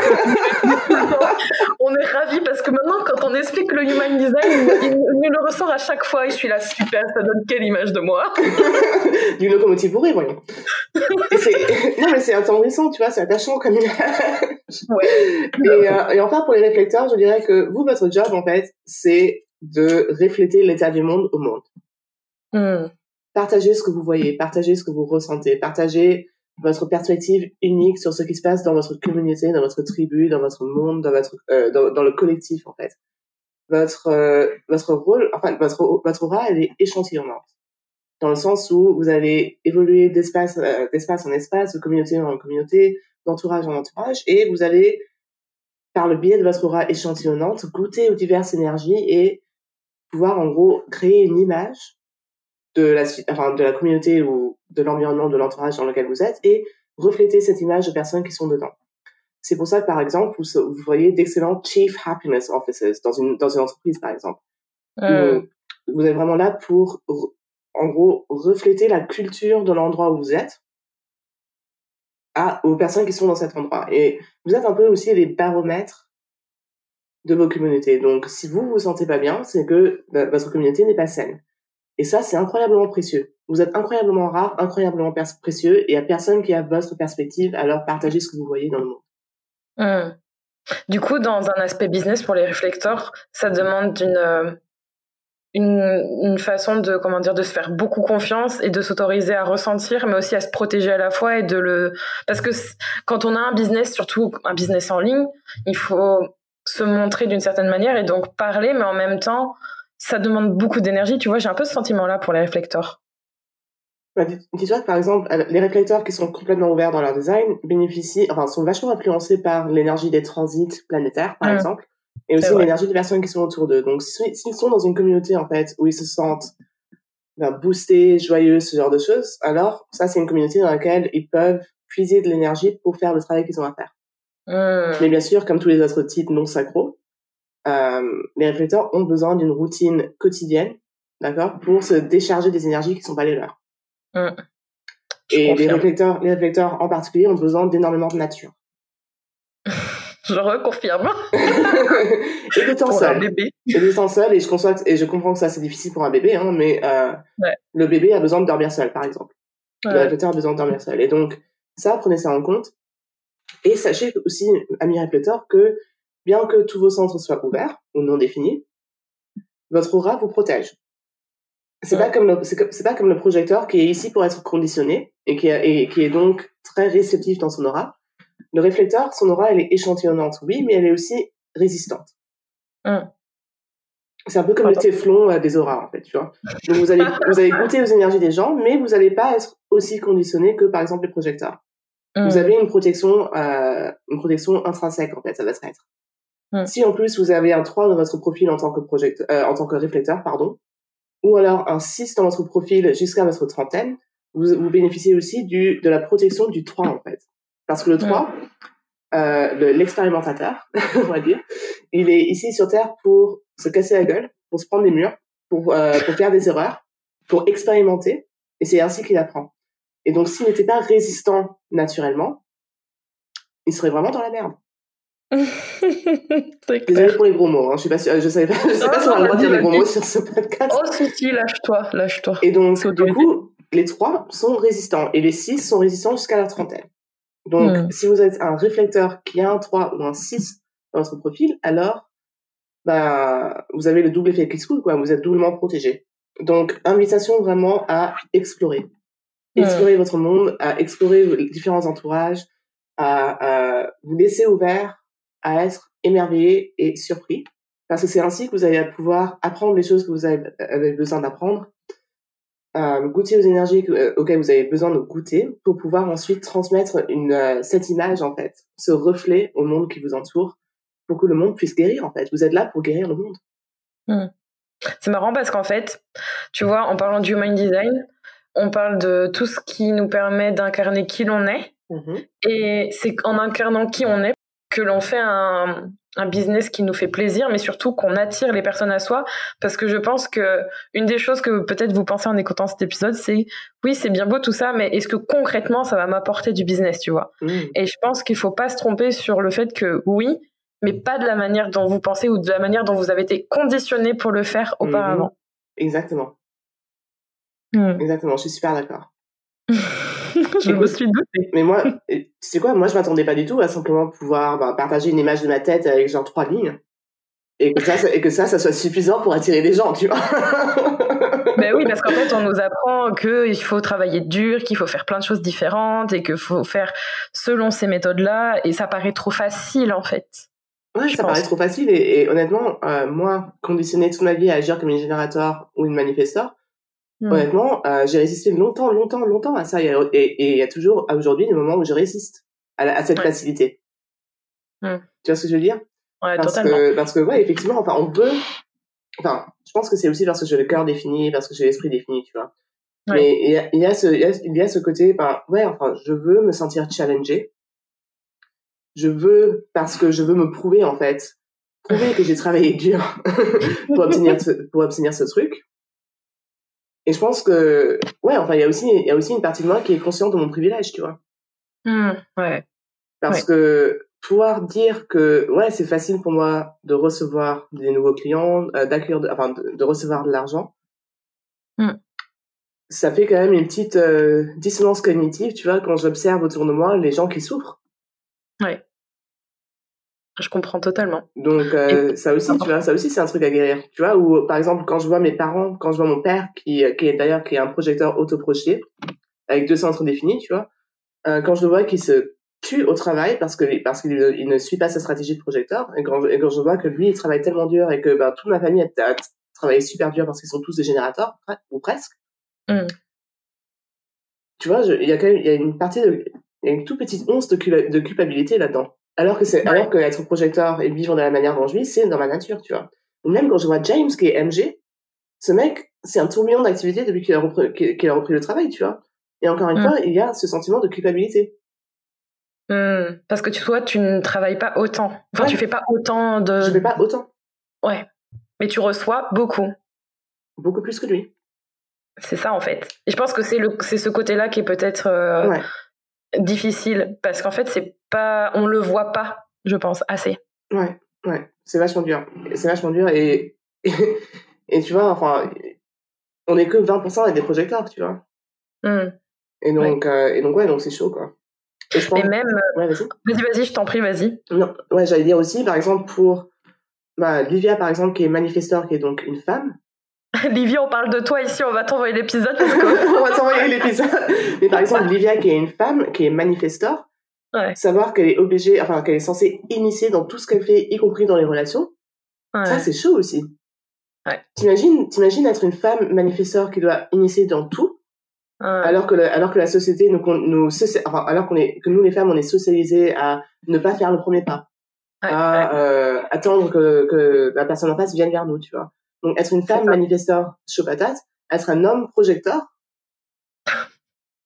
On est ravis parce que maintenant, quand on explique le human design, il, il le ressort à chaque fois et je suis là, super, ça donne quelle image de moi? Du locomotive bourrée, voyons. Et c'est... Non, mais c'est attendrissant, tu vois, c'est attachant comme image. Ouais. Et, euh, et enfin, pour les réflecteurs, je dirais que vous, votre job, en fait, c'est de refléter l'état du monde au monde. Mm. Partagez ce que vous voyez, partagez ce que vous ressentez, partagez votre perspective unique sur ce qui se passe dans votre communauté, dans votre tribu, dans votre monde, dans votre euh, dans, dans le collectif en fait. Votre euh, votre rôle, enfin votre votre aura, elle est échantillonnante dans le sens où vous allez évoluer d'espace euh, d'espace en espace, de communauté en communauté, d'entourage en entourage, et vous allez par le biais de votre aura échantillonnante goûter aux diverses énergies et pouvoir en gros créer une image de la, enfin, de la communauté ou de l'environnement, de l'entourage dans lequel vous êtes et refléter cette image de personnes qui sont dedans. C'est pour ça que, par exemple, vous, vous voyez d'excellents Chief Happiness Officers dans une, dans une entreprise, par exemple. Euh. Où vous êtes vraiment là pour, en gros, refléter la culture de l'endroit où vous êtes à, aux personnes qui sont dans cet endroit. Et vous êtes un peu aussi les baromètres de vos communautés. Donc, si vous vous sentez pas bien, c'est que bah, votre communauté n'est pas saine. Et ça, c'est incroyablement précieux. Vous êtes incroyablement rare, incroyablement pers- précieux, et il y a personne qui a votre perspective, alors partagez ce que vous voyez dans le monde. Mmh. Du coup, dans un aspect business pour les réflecteurs, ça demande une, une, une façon de, comment dire, de se faire beaucoup confiance et de s'autoriser à ressentir, mais aussi à se protéger à la fois et de le, parce que quand on a un business, surtout un business en ligne, il faut se montrer d'une certaine manière et donc parler, mais en même temps, ça demande beaucoup d'énergie, tu vois, j'ai un peu ce sentiment-là pour les réflecteurs. Bah, dis-toi que par exemple, les réflecteurs qui sont complètement ouverts dans leur design bénéficient, enfin, sont vachement influencés par l'énergie des transits planétaires, par mmh. exemple, et aussi l'énergie des personnes qui sont autour d'eux. Donc, s'ils sont dans une communauté, en fait, où ils se sentent ben, boostés, joyeux, ce genre de choses, alors, ça, c'est une communauté dans laquelle ils peuvent puiser de l'énergie pour faire le travail qu'ils ont à faire. Mmh. Mais bien sûr, comme tous les autres types non sacros, Euh, les réflecteurs ont besoin d'une routine quotidienne, d'accord, pour se décharger des énergies qui sont pas les leurs. Mmh. Et les réflecteurs, les réflecteurs en particulier ont besoin d'énormément de nature. Je reconfirme. Et de temps pour seul. Un bébé. Et de temps seul, et je conçois, et je comprends que ça c'est difficile pour un bébé, hein, mais euh, ouais. le bébé a besoin de dormir seul, par exemple. Ouais. Le réflecteur a besoin de dormir seul. Et donc, ça, prenez ça en compte. Et sachez aussi, amis réflecteurs, que bien que tous vos centres soient ouverts ou non définis, votre aura vous protège. C'est ouais. pas comme le, c'est, c'est pas comme le projecteur qui est ici pour être conditionné et qui, a, et qui est donc très réceptif dans son aura. Le réflecteur, son aura, elle est échantillonnante, oui, mais elle est aussi résistante. Mm. C'est un peu comme Attends. le téflon euh, des auras, en fait, tu vois. Donc vous allez, vous allez goûter aux énergies des gens, mais vous allez pas être aussi conditionné que, par exemple, les projecteurs. Mm. Vous avez une protection, euh, une protection intrinsèque, en fait, ça va se être. Mm. Si en plus vous avez un trois dans votre profil en tant que projecteur, euh, en tant que réflecteur, pardon, ou alors un six dans votre profil jusqu'à votre trentaine, vous, vous bénéficiez aussi du, de la protection du trois, en fait. Parce que le trois, mmh. euh, le, l'expérimentateur, on va dire, il est ici sur Terre pour se casser la gueule, pour se prendre des murs, pour, euh, pour faire des erreurs, pour expérimenter, et c'est ainsi qu'il apprend. Et donc, s'il n'était pas résistant naturellement, il serait vraiment dans la merde. Désolée pour les gros mots, hein. je sais pas si, je sais pas, je sais non, pas si on a le droit de dire des gros mots sur ce podcast. Oh si si, lâche-toi, lâche-toi. Et donc, du coup, les trois sont résistants, et les six sont résistants jusqu'à la trentaine. Donc, mmh. si vous êtes un réflecteur qui a un trois ou un six dans votre profil, alors, bah, vous avez le double effet Kickschool, quoi. Vous êtes doublement protégé. Donc, invitation vraiment à explorer. Explorer mmh. votre monde, à explorer les différents entourages, à, à vous laisser ouvert, à être émerveillé et surpris. Parce que c'est ainsi que vous allez pouvoir apprendre les choses que vous avez, avez besoin d'apprendre, euh, goûter aux énergies que, euh, auxquelles vous avez besoin de goûter pour pouvoir ensuite transmettre une, euh, cette image, en fait, ce reflet au monde qui vous entoure pour que le monde puisse guérir, en fait. Vous êtes là pour guérir le monde. Mmh. C'est marrant parce qu'en fait, tu vois, en parlant du Human Design, on parle de tout ce qui nous permet d'incarner qui l'on est. Mmh. Et c'est en incarnant qui on est que l'on fait un, un business qui nous fait plaisir, mais surtout qu'on attire les personnes à soi. Parce que je pense que une des choses que peut-être vous pensez en écoutant cet épisode, c'est oui, c'est bien beau tout ça, mais est-ce que concrètement ça va m'apporter du business, tu vois? Mmh. Et je pense qu'il faut pas se tromper sur le fait que oui, mais pas de la manière dont vous pensez ou de la manière dont vous avez été conditionné pour le faire auparavant. Mmh. Exactement. Mmh. Exactement, je suis super d'accord. Je Écoute, me suis doutée. Mais moi, tu sais quoi, moi je m'attendais pas du tout à simplement pouvoir bah, partager une image de ma tête avec genre trois lignes et que ça, ça, et que ça, ça soit suffisant pour attirer des gens, tu vois. Ben oui, parce qu'en fait, on nous apprend qu'il faut travailler dur, qu'il faut faire plein de choses différentes et qu'il faut faire selon ces méthodes-là, et ça paraît trop facile en fait. Ouais, ça pense. paraît trop facile et, et honnêtement, euh, moi, conditionnée toute ma vie à agir comme une générateur ou une manifesteur, Mmh. honnêtement, euh, j'ai résisté longtemps, longtemps, longtemps à ça. Et il y a toujours, à aujourd'hui, des moments où je résiste à, la, à cette ouais. facilité. Mmh. Tu vois ce que je veux dire? Ouais, parce totalement. Que, parce que, ouais, effectivement, enfin, on peut... Enfin, je pense que c'est aussi parce que j'ai le cœur défini, parce que j'ai l'esprit défini, tu vois. Ouais. Mais il y a, il y a ce, il y a, il y a ce côté, ben, ouais, enfin, je veux me sentir challengée. Je veux, parce que je veux me prouver, en fait. Prouver que j'ai travaillé dur pour obtenir ce, pour obtenir ce truc. Et je pense que, ouais, enfin, il y a aussi, il y a aussi une partie de moi qui est consciente de mon privilège, tu vois. Mmh, ouais. Parce ouais. que pouvoir dire que, ouais, c'est facile pour moi de recevoir des nouveaux clients, euh, d'accueillir, de, enfin, de, de recevoir de l'argent. Mmh. Ça fait quand même une petite euh, dissonance cognitive, tu vois, quand j'observe autour de moi les gens qui souffrent. Ouais. Je comprends totalement. Donc euh, ça aussi, tu vois, ça aussi c'est un truc à guérir, tu vois. Ou par exemple quand je vois mes parents, quand je vois mon père qui, qui est d'ailleurs qui est un projecteur autoprojeté avec deux centres définis, tu vois. Euh, quand je le vois qu'il se tue au travail parce que parce qu'il il ne suit pas sa stratégie de projecteur, et quand je, et quand je vois que lui il travaille tellement dur et que ben toute ma famille a, a travaillé super dur parce qu'ils sont tous des générateurs ou presque. Mm. Tu vois, il y a quand même il y a une partie de il y a une toute petite once de, de culpabilité là-dedans. Alors que c'est, ouais. alors que être projecteur et vivre de la manière dont je vis, c'est dans ma nature, tu vois. Même quand je vois James, qui est M G, ce mec, c'est un tourbillon d'activité depuis qu'il a repris, qu'il a repris le travail, tu vois. Et encore une mm. fois, il y a ce sentiment de culpabilité. Mm. Parce que tu vois, tu ne travailles pas autant. Enfin, ouais. tu fais pas autant de... Je fais pas autant. Ouais. Mais tu reçois beaucoup. Beaucoup plus que lui. C'est ça, en fait. Et je pense que c'est le, c'est ce côté-là qui est peut-être... Euh... Ouais. difficile parce qu'en fait c'est pas on le voit pas je pense assez ouais ouais c'est vachement dur c'est vachement dur et et, et tu vois enfin on est que vingt pour cent avec des projecteurs tu vois mm. et donc ouais. Euh, et donc ouais donc c'est chaud quoi et je pense et même ouais, vas-y. vas-y vas-y je t'en prie vas-y non ouais j'allais dire aussi par exemple pour bah, Livia par exemple qui est manifesteur qui est donc une femme. Livia, on parle de toi ici, on va t'envoyer l'épisode parce que... on va t'envoyer l'épisode. Mais par exemple, Livia, qui est une femme, qui est manifesteur, ouais. savoir qu'elle est obligée, enfin, qu'elle est censée initier dans tout ce qu'elle fait, y compris dans les relations, ouais. ça, c'est chaud aussi. Ouais. T'imagines, t'imagines être une femme manifesteur qui doit initier dans tout, ouais. alors que, le, alors que la société nous, nous, enfin, alors qu'on est, que nous, les femmes, on est socialisées à ne pas faire le premier pas, ouais. à ouais. Euh, attendre que, que la personne en face vienne vers nous, tu vois. Donc, être une femme manifesteur chaud patate, être un homme projecteur,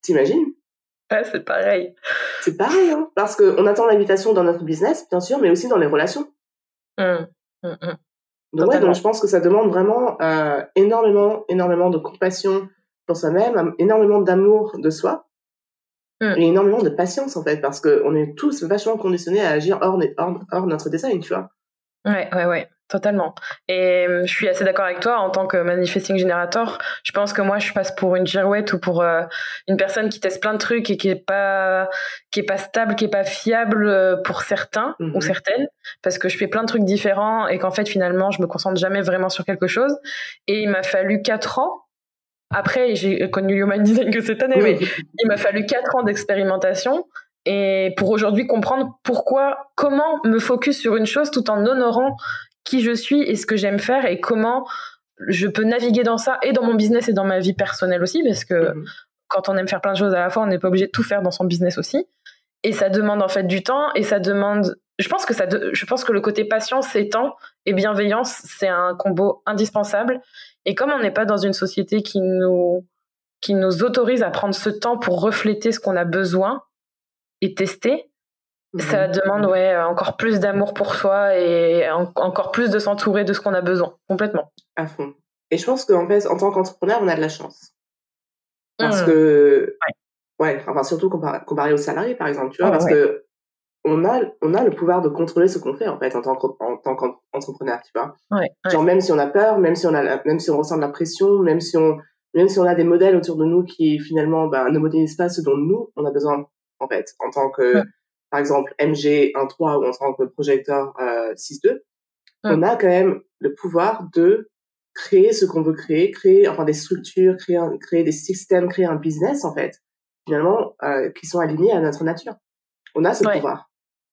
T'imagines? Ouais, c'est pareil. C'est pareil, hein, parce qu'on attend l'invitation dans notre business, bien sûr, mais aussi dans les relations. Mmh. Mmh, mmh. Donc, ouais, donc je pense que ça demande vraiment euh, énormément, énormément de compassion pour soi-même, énormément d'amour de soi mmh. et énormément de patience, en fait, parce qu'on est tous vachement conditionnés à agir hors, hors, hors notre design, tu vois. Ouais, ouais, ouais, totalement. Et je suis assez d'accord avec toi en tant que manifesting generator. Je pense que moi, je passe pour une girouette ou pour euh, une personne qui teste plein de trucs et qui est pas, qui est pas stable, qui est pas fiable pour certains mm-hmm. ou certaines, parce que je fais plein de trucs différents et qu'en fait, finalement, je me concentre jamais vraiment sur quelque chose. Et il m'a fallu quatre ans. Après, j'ai connu Human Design que cette année, mais il m'a fallu quatre ans d'expérimentation. Et pour aujourd'hui comprendre pourquoi, comment me focus sur une chose tout en honorant qui je suis et ce que j'aime faire et comment je peux naviguer dans ça et dans mon business et dans ma vie personnelle aussi, parce que mmh. quand on aime faire plein de choses à la fois, on n'est pas obligé de tout faire dans son business aussi. Et ça demande en fait du temps et ça demande, je pense que ça, de... je pense que le côté patience et temps et bienveillance, c'est un combo indispensable. Et comme on n'est pas dans une société qui nous, qui nous autorise à prendre ce temps pour refléter ce qu'on a besoin et tester, mmh. ça demande ouais, encore plus d'amour pour soi et en- encore plus de s'entourer de ce qu'on a besoin, complètement. À fond. Et je pense qu'en fait, en tant qu'entrepreneur, on a de la chance. Parce mmh. que, ouais. ouais, enfin, surtout comparé, comparé aux salariés, par exemple, tu vois, oh, parce ouais. que on a, on a le pouvoir de contrôler ce qu'on fait, en fait, en tant, en tant qu'entrepreneur, tu vois. Ouais, Genre, ouais. même si on a peur, même si on a, même si on ressent de la pression, même si on, même si on a des modèles autour de nous qui, finalement, bah, ne modélisent pas ce dont nous, on a besoin, en fait, en tant que, ouais. par exemple, M G un trois ou en tant que projecteur euh, six deux, ouais. on a quand même le pouvoir de créer ce qu'on veut créer, créer enfin des structures, créer, un, créer des systèmes, créer un business, en fait, finalement, euh, qui sont alignés à notre nature. On a ce ouais. pouvoir.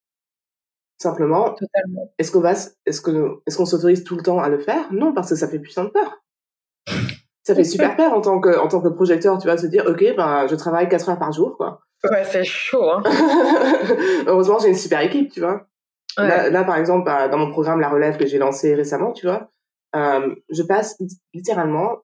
Simplement, Totalement. est-ce qu'on va, est-ce que, est-ce qu'on s'autorise tout le temps à le faire? Non, parce que ça fait putain de peur. Ça fait super peur en tant que, en tant que projecteur, tu vas se dire, ok, ben, je travaille quatre heures par jour, quoi. Ouais, c'est chaud, hein. Heureusement, j'ai une super équipe, tu vois. Ouais. Là, là, par exemple, bah, dans mon programme La Relève que j'ai lancé récemment, tu vois, euh, je passe littéralement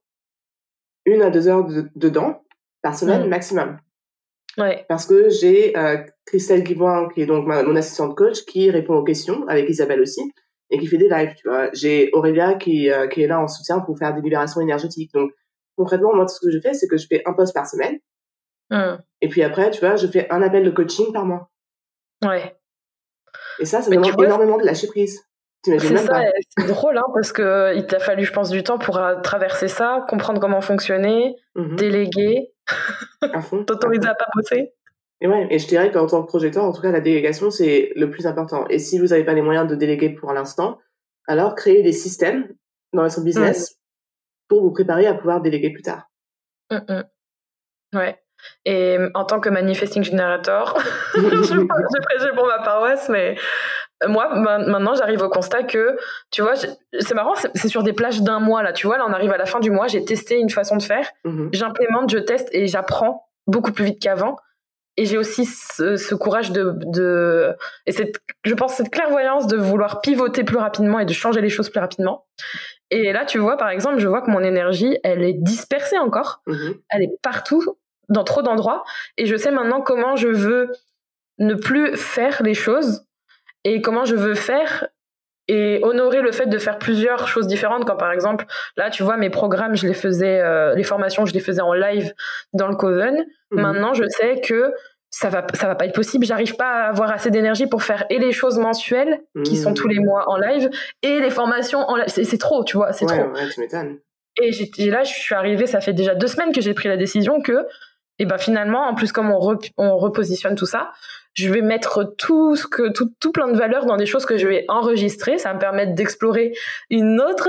une à deux heures de, dedans par semaine mmh. maximum. Ouais. Parce que j'ai euh, Christelle Guiboin, qui est donc ma, mon assistante coach, qui répond aux questions, avec Isabelle aussi, et qui fait des lives, tu vois. J'ai Aurélia qui, euh, qui est là en soutien pour faire des libérations énergétiques. Donc, concrètement, moi, tout ce que je fais, c'est que je fais un post par semaine. Mm. Et puis après, tu vois, je fais un appel de coaching par mois. Ouais. Et ça, ça demande énormément de lâcher prise. C'est même ça, pas. C'est drôle, hein, parce que il t'a fallu, je pense, du temps pour euh, traverser ça, comprendre comment fonctionner, mm-hmm. déléguer, à fond, t'autoriser à, à pas bosser. Et ouais, et je dirais qu'en tant que projecteur, en tout cas, la délégation, c'est le plus important. Et si vous n'avez pas les moyens de déléguer pour l'instant, alors créez des systèmes dans votre business mm. pour vous préparer à pouvoir déléguer plus tard. Mm-mm. Ouais. Et en tant que manifesting generator, je vais prêcher pour ma paroisse, mais moi, maintenant, j'arrive au constat que, tu vois, c'est marrant, c'est sur des plages d'un mois, là, tu vois, là, on arrive à la fin du mois, j'ai testé une façon de faire, mm-hmm. j'implémente, je teste et j'apprends beaucoup plus vite qu'avant. Et j'ai aussi ce, ce courage de, de et cette, je pense, cette clairvoyance de vouloir pivoter plus rapidement et de changer les choses plus rapidement. Et là, tu vois, par exemple, je vois que mon énergie, elle est dispersée encore, mm-hmm. elle est partout, dans trop d'endroits, et je sais maintenant comment je veux ne plus faire les choses et comment je veux faire et honorer le fait de faire plusieurs choses différentes, comme par exemple, là, tu vois, mes programmes, je les faisais, euh, les formations, je les faisais en live dans le Coven. Mmh. Maintenant, je sais que ça va, ça va pas être possible. J'arrive pas à avoir assez d'énergie pour faire et les choses mensuelles, mmh. qui sont tous les mois en live, et les formations en live. C'est, c'est trop, tu vois, c'est ouais, trop. Ouais, tu m'étonnes. Et j'ai, là, je suis arrivée, ça fait déjà deux semaines que j'ai pris la décision que, et ben finalement, en plus, comme on, re, on repositionne tout ça, je vais mettre tout ce que tout, tout plein de valeurs dans des choses que je vais enregistrer. Ça va me permettre d'explorer une autre.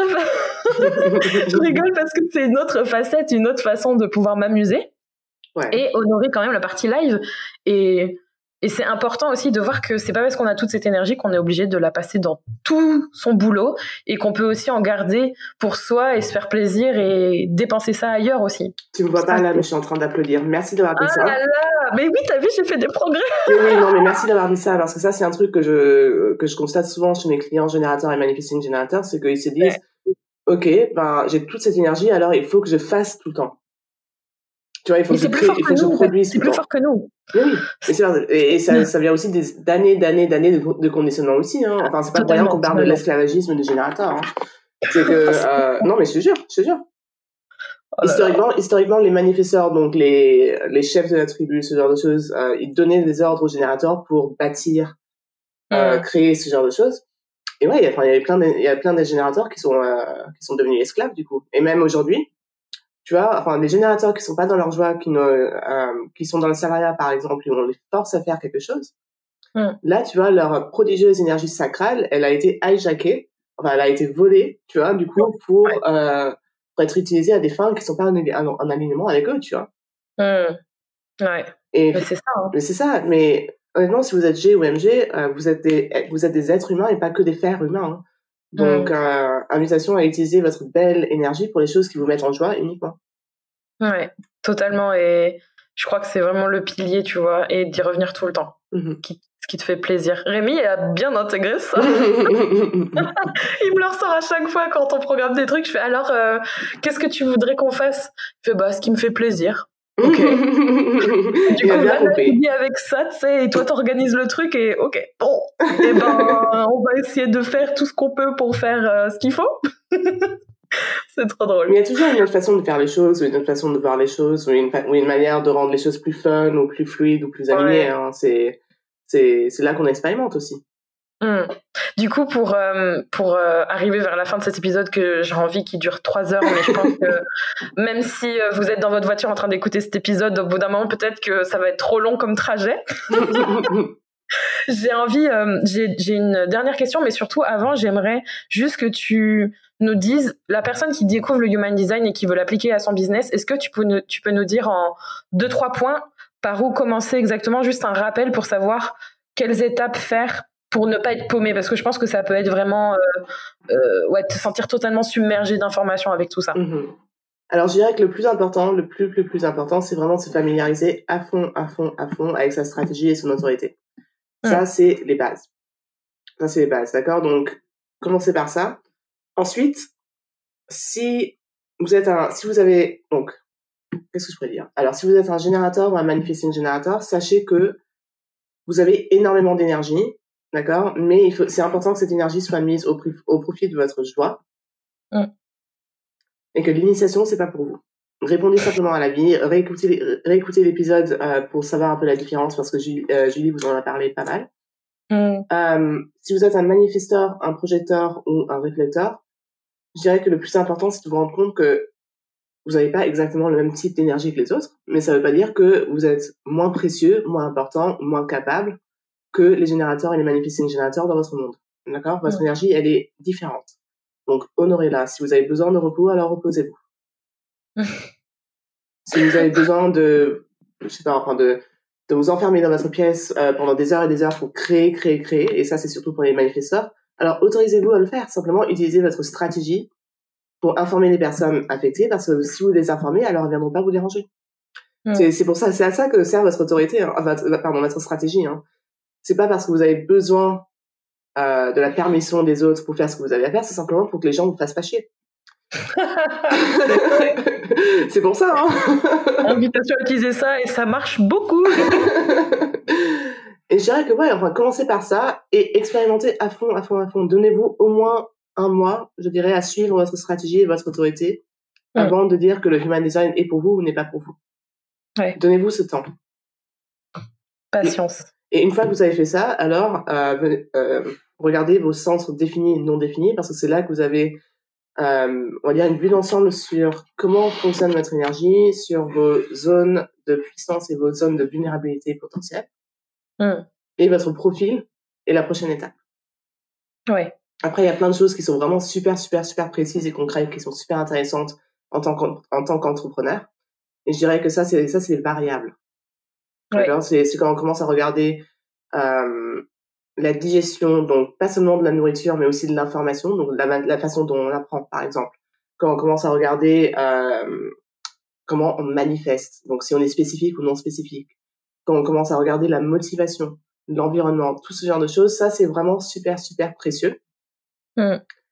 Je rigole parce que c'est une autre facette, une autre façon de pouvoir m'amuser ouais. et honorer quand même la partie live. Et et c'est important aussi de voir que c'est pas parce qu'on a toute cette énergie qu'on est obligé de la passer dans tout son boulot et qu'on peut aussi en garder pour soi et se faire plaisir et dépenser ça ailleurs aussi. Tu me vois pas là, mais je suis en train d'applaudir. Merci d'avoir dit ah ça. Ah là là, mais oui, t'as vu, j'ai fait des progrès. Mais oui, non, mais merci d'avoir dit ça parce que ça, c'est un truc que je que je constate souvent chez mes clients générateurs et manifesting générateurs, c'est qu'ils se disent, ouais. ok, ben j'ai toute cette énergie, alors il faut que je fasse tout le temps. Tu vois, il faut Mais que je c'est plus crée, fort il faut que que je nous, produise c'est tout le plus temps. fort que nous. Oui, oui. Et, c'est, et, et ça, ça vient aussi des, d'années, d'années, d'années de, de conditionnement aussi. Hein. Enfin, c'est pas pour rien qu'on parle de l'esclavagisme des générateurs. Hein. C'est que euh, non, mais je te jure, je te jure. Oh historiquement, là. historiquement, les manifesteurs, donc les les chefs de la tribu, ce genre de choses, euh, ils donnaient des ordres aux générateurs pour bâtir, euh, mmh. créer ce genre de choses. Et ouais, enfin, il y avait plein, de, il y a plein de générateurs qui sont euh, qui sont devenus esclaves du coup. Et même aujourd'hui, tu vois, enfin, les générateurs qui sont pas dans leur joie, qui ne, euh, qui sont dans le salariat par exemple, et on les force à faire quelque chose. Mmh. Là, tu vois, leur prodigieuse énergie sacrale, elle a été hijackée, enfin, elle a été volée, tu vois, du coup, pour, ouais. euh, pour être utilisée à des fins qui sont pas en, en, en alignement avec eux, tu vois. Mmh. Ouais. Et, mais c'est ça. Hein. Mais c'est ça. Mais honnêtement, si vous êtes G ou M G, euh, vous êtes des, vous êtes des êtres humains et pas que des fers humains. Hein. Donc, mmh. euh, invitation à utiliser votre belle énergie pour les choses qui vous mettent en joie uniquement. Ouais, totalement. Et je crois que c'est vraiment le pilier, tu vois, et d'y revenir tout le temps. Mmh. Qui, ce qui te fait plaisir. Rémi a bien intégré ça. Il me le ressort à chaque fois quand on programme des trucs. Je fais alors, euh, qu'est-ce que tu voudrais qu'on fasse? Il fait bah, ce qui me fait plaisir. Ok. Du coup, là, là, tu dis avec ça, tu sais, et toi, t'organises le truc et ok, bon, et ben, on va essayer de faire tout ce qu'on peut pour faire euh, ce qu'il faut. C'est trop drôle. Mais il y a toujours une autre façon de faire les choses, ou une autre façon de voir les choses, ou une, fa- ou une manière de rendre les choses plus fun, ou plus fluides, ou plus alignées. Ouais. Hein. C'est, c'est, c'est là qu'on expérimente aussi. Mmh. Du coup, pour, euh, pour euh, arriver vers la fin de cet épisode, que j'ai envie qu'il dure trois heures, mais je pense que même si vous êtes dans votre voiture en train d'écouter cet épisode, au bout d'un moment, peut-être que ça va être trop long comme trajet. J'ai envie, euh, j'ai, j'ai une dernière question, mais surtout avant, j'aimerais juste que tu nous dises, la personne qui découvre le Human Design et qui veut l'appliquer à son business, est-ce que tu peux, nous, tu peux nous dire en deux, trois points par où commencer exactement, juste un rappel pour savoir quelles étapes faire pour ne pas être paumé, parce que je pense que ça peut être vraiment, euh, euh, ouais, te sentir totalement submergé d'informations avec tout ça. Mm-hmm. Alors, je dirais que le plus important, le plus, plus, plus important, c'est vraiment de se familiariser à fond, à fond, à fond avec sa stratégie et son autorité. Mmh. Ça, c'est les bases. Ça, c'est les bases, d'accord? Donc, commencez par ça. Ensuite, si vous êtes un, si vous avez, donc, qu'est-ce que je pourrais dire? Alors, si vous êtes un générateur ou un manifesting générateur, sachez que vous avez énormément d'énergie, d'accord? Mais il faut, c'est important que cette énergie soit mise au, au profit de votre joie. Mmh. Et que l'initiation, c'est pas pour vous. Répondez simplement à la vie, réécoutez, réécoutez l'épisode euh, pour savoir un peu la différence, parce que Julie, euh, Julie vous en a parlé pas mal. Mm. Euh, si vous êtes un manifesteur, un projecteur ou un réflecteur, je dirais que le plus important, c'est de vous rendre compte que vous n'avez pas exactement le même type d'énergie que les autres, mais ça veut pas dire que vous êtes moins précieux, moins important, moins capable que les générateurs et les manifesting générateurs dans votre monde. D'accord? Votre mm. énergie, elle est différente. Donc, honorez-la. Si vous avez besoin de repos, alors reposez-vous. Si vous avez besoin de, je sais pas, enfin de, de vous enfermer dans votre pièce euh, pendant des heures et des heures pour créer, créer, créer, et ça c'est surtout pour les manifesteurs, alors autorisez-vous à le faire. Simplement, utilisez votre stratégie pour informer les personnes affectées, parce que si vous les informez, alors elles ne viendront pas vous déranger. Mm. C'est, c'est pour ça, c'est à ça que sert votre autorité, hein, votre, pardon, votre stratégie. Hein. C'est pas parce que vous avez besoin euh, de la permission des autres pour faire ce que vous avez à faire, c'est simplement pour que les gens vous fassent pas chier. C'est pour ça, hein. Invitation à utiliser ça et ça marche beaucoup. Et je dirais que ouais, enfin, commencez par ça et expérimentez à fond, à fond, à fond. Donnez-vous au moins un mois, je dirais, à suivre votre stratégie et votre autorité ouais. avant de dire que le Human Design est pour vous ou n'est pas pour vous. Ouais. Donnez-vous ce temps. Patience. Et, et une fois que vous avez fait ça, alors euh, euh, regardez vos centres définis et non définis, parce que c'est là que vous avez Euh, on va dire une vue d'ensemble sur comment fonctionne votre énergie, sur vos zones de puissance et vos zones de vulnérabilité potentielle, mm. et votre profil et la prochaine étape. Ouais. Après, il y a plein de choses qui sont vraiment super, super, super précises et concrètes, qui sont super intéressantes en tant en tant qu'entrepreneur. Et je dirais que ça, c'est ça, c'est les variables. Ouais. D'accord, c'est c'est quand on commence à regarder euh, la digestion, donc pas seulement de la nourriture, mais aussi de l'information, donc la, la façon dont on apprend, par exemple. Quand on commence à regarder euh, comment on manifeste, donc si on est spécifique ou non spécifique. Quand on commence à regarder la motivation, l'environnement, tout ce genre de choses, ça c'est vraiment super, super précieux. Mm.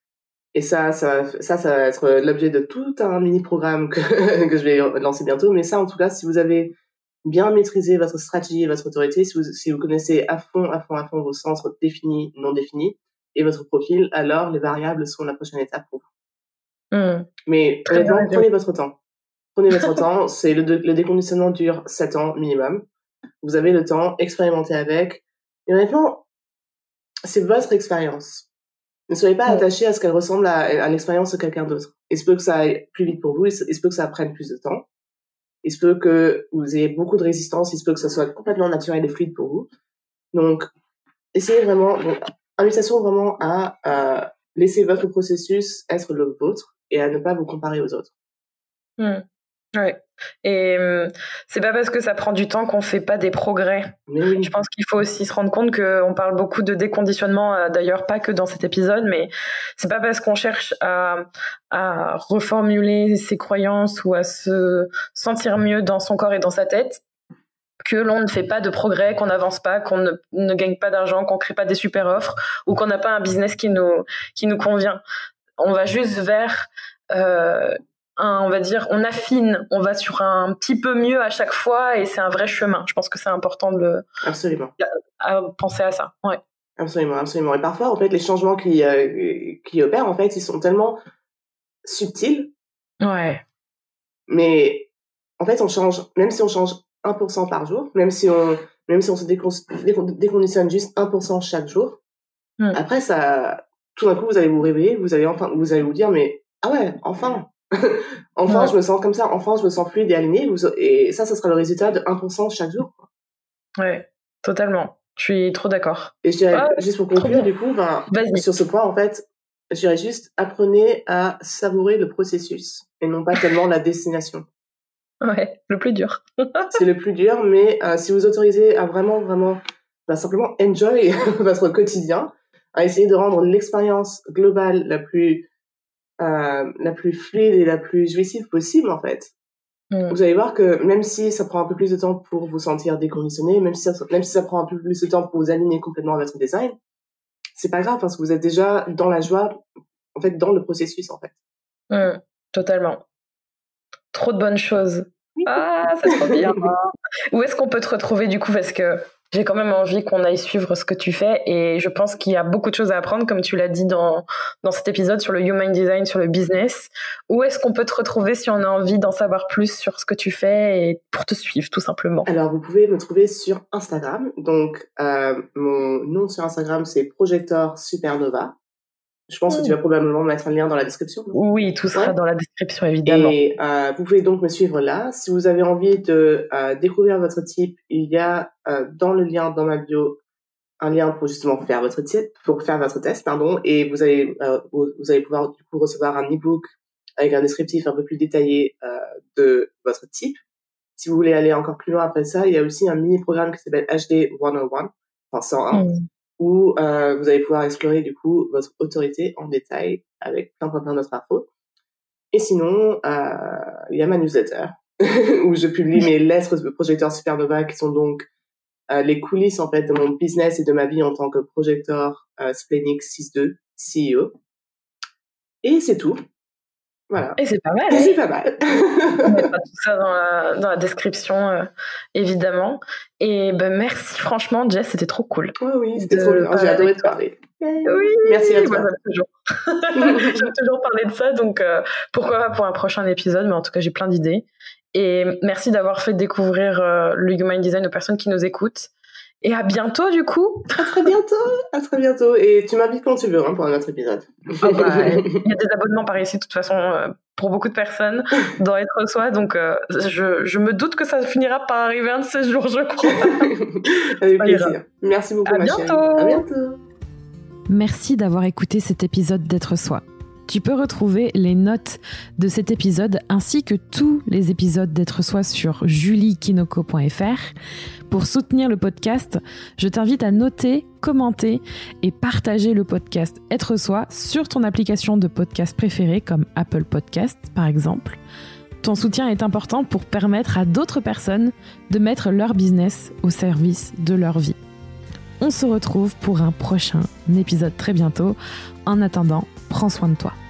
Et ça, ça, ça, ça va être l'objet de tout un mini-programme que, que je vais lancer bientôt. Mais ça, en tout cas, si vous avez bien maîtrisé votre stratégie et votre autorité, si vous, si vous connaissez à fond, à fond, à fond vos centres définis, non définis, et votre profil, alors les variables sont la prochaine étape pour vous. Mmh. Mais honnêtement, prenez votre temps. Prenez votre temps. C'est le, le déconditionnement dure sept ans minimum. Vous avez le temps, expérimentez avec. Et honnêtement, c'est votre expérience. Ne soyez pas ouais. attaché à ce qu'elle ressemble à, à l'expérience de quelqu'un d'autre. Il se peut que ça aille plus vite pour vous, il se, il se peut que ça prenne plus de temps. Il se peut que vous ayez beaucoup de résistance, il se peut que ça soit complètement naturel et fluide pour vous. Donc, essayez vraiment, donc, invitation vraiment à euh, laisser votre processus être le vôtre et à ne pas vous comparer aux autres. Mmh. Ouais. Et euh, c'est pas parce que ça prend du temps qu'on fait pas des progrès. Mais oui. Je pense qu'il faut aussi se rendre compte qu'on parle beaucoup de déconditionnement, euh, d'ailleurs pas que dans cet épisode, mais c'est pas parce qu'on cherche à, à reformuler ses croyances ou à se sentir mieux dans son corps et dans sa tête que l'on ne fait pas de progrès, qu'on n'avance pas, qu'on ne, ne gagne pas d'argent, qu'on crée pas des super offres ou qu'on n'a pas un business qui nous, qui nous convient. On va juste vers... Euh, Un, on va dire, on affine, on va sur un petit peu mieux à chaque fois et c'est un vrai chemin. Je pense que c'est important de le, absolument. À, à penser à ça. Ouais. Absolument, absolument. Et parfois, en fait, les changements qui, euh, qui opèrent, en fait, ils sont tellement subtils. Ouais. Mais en fait, on change, même si on change un pour cent par jour, même si on, même si on se décon- décon- déconditionne juste un pour cent chaque jour, mm. après, ça, tout d'un coup, vous allez vous réveiller, vous allez enfin, vous allez vous dire, mais, ah ouais, enfin. enfin, ouais. je me sens comme ça. Enfin, je me sens fluide et alignée. Et ça, ça sera le résultat de un pour cent chaque jour. Ouais, totalement. Je suis trop d'accord. Et je dirais, ah, juste pour conclure, du coup, ben, sur ce point, en fait, je dirais juste, apprenez à savourer le processus et non pas tellement la destination. Ouais, le plus dur. C'est le plus dur, mais euh, si vous autorisez à vraiment, vraiment, ben, simplement enjoy votre quotidien, à essayer de rendre l'expérience globale la plus Euh, la plus fluide et la plus jouissive possible, en fait. Mm. Vous allez voir que même si ça prend un peu plus de temps pour vous sentir déconditionné, même si ça, même si ça prend un peu plus de temps pour vous aligner complètement à votre design, c'est pas grave parce que vous êtes déjà dans la joie, en fait, dans le processus, en fait. Mm, totalement. Trop de bonnes choses. Ah, c'est trop bien. Où est-ce qu'on peut te retrouver, du coup, parce que j'ai quand même envie qu'on aille suivre ce que tu fais et je pense qu'il y a beaucoup de choses à apprendre, comme tu l'as dit dans, dans cet épisode sur le Human Design, sur le business. Où est-ce qu'on peut te retrouver si on a envie d'en savoir plus sur ce que tu fais et pour te suivre, tout simplement? Alors, vous pouvez me trouver sur Instagram. Donc, euh, mon nom sur Instagram, c'est Projector Supernova. Je pense mmh. que tu vas probablement mettre un lien dans la description. Non? Oui, tout sera ouais. dans la description, évidemment. Et euh, vous pouvez donc me suivre là. Si vous avez envie de euh, découvrir votre type, il y a euh, dans le lien dans ma bio un lien pour justement faire votre type, pour faire votre test, pardon. Et vous allez euh, vous, vous allez pouvoir du coup recevoir un e-book avec un descriptif un peu plus détaillé euh, de votre type. Si vous voulez aller encore plus loin après ça, il y a aussi un mini-programme qui s'appelle H D cent un, enfin cent un. Mmh. où euh, vous allez pouvoir explorer du coup votre autorité en détail avec plein plein plein d'autres infos. Et sinon, euh, il y a ma newsletter où je publie mes lettres de Projector Supernova qui sont donc euh, les coulisses en fait de mon business et de ma vie en tant que Projector euh, Splenic six deux C E O. Et c'est tout. Voilà. Et c'est pas mal. Et hein c'est pas mal. On mettra tout ça dans la, dans la description, euh, évidemment. Et ben merci, franchement, Jess, c'était trop cool. Oh oui, c'était trop bien. J'ai adoré te parler. Oui, merci à toi. Moi, j'aime toujours. j'aime toujours parler de ça, donc euh, pourquoi pas pour un prochain épisode, mais en tout cas, j'ai plein d'idées. Et merci d'avoir fait découvrir euh, le Human Design aux personnes qui nous écoutent. Et à bientôt, du coup. À très bientôt. À très bientôt. Et tu m'invites quand tu veux hein, pour un autre épisode. Oh bah, il y a des abonnements par ici, de toute façon, euh, pour beaucoup de personnes, dans Être Soi. Donc, euh, je, je me doute que ça finira par arriver un de ces jours, je crois. Avec plaisir. Merci beaucoup, à ma bientôt. chérie. À bientôt. Merci d'avoir écouté cet épisode d'Être Soi. Tu peux retrouver les notes de cet épisode ainsi que tous les épisodes d'Être Soi sur julie kinoko point f r. Pour soutenir le podcast, je t'invite à noter, commenter et partager le podcast Être Soi sur ton application de podcast préférée comme Apple Podcast par exemple. Ton soutien est important pour permettre à d'autres personnes de mettre leur business au service de leur vie. On On se retrouve pour un prochain épisode très bientôt. En attendant, prends soin de toi.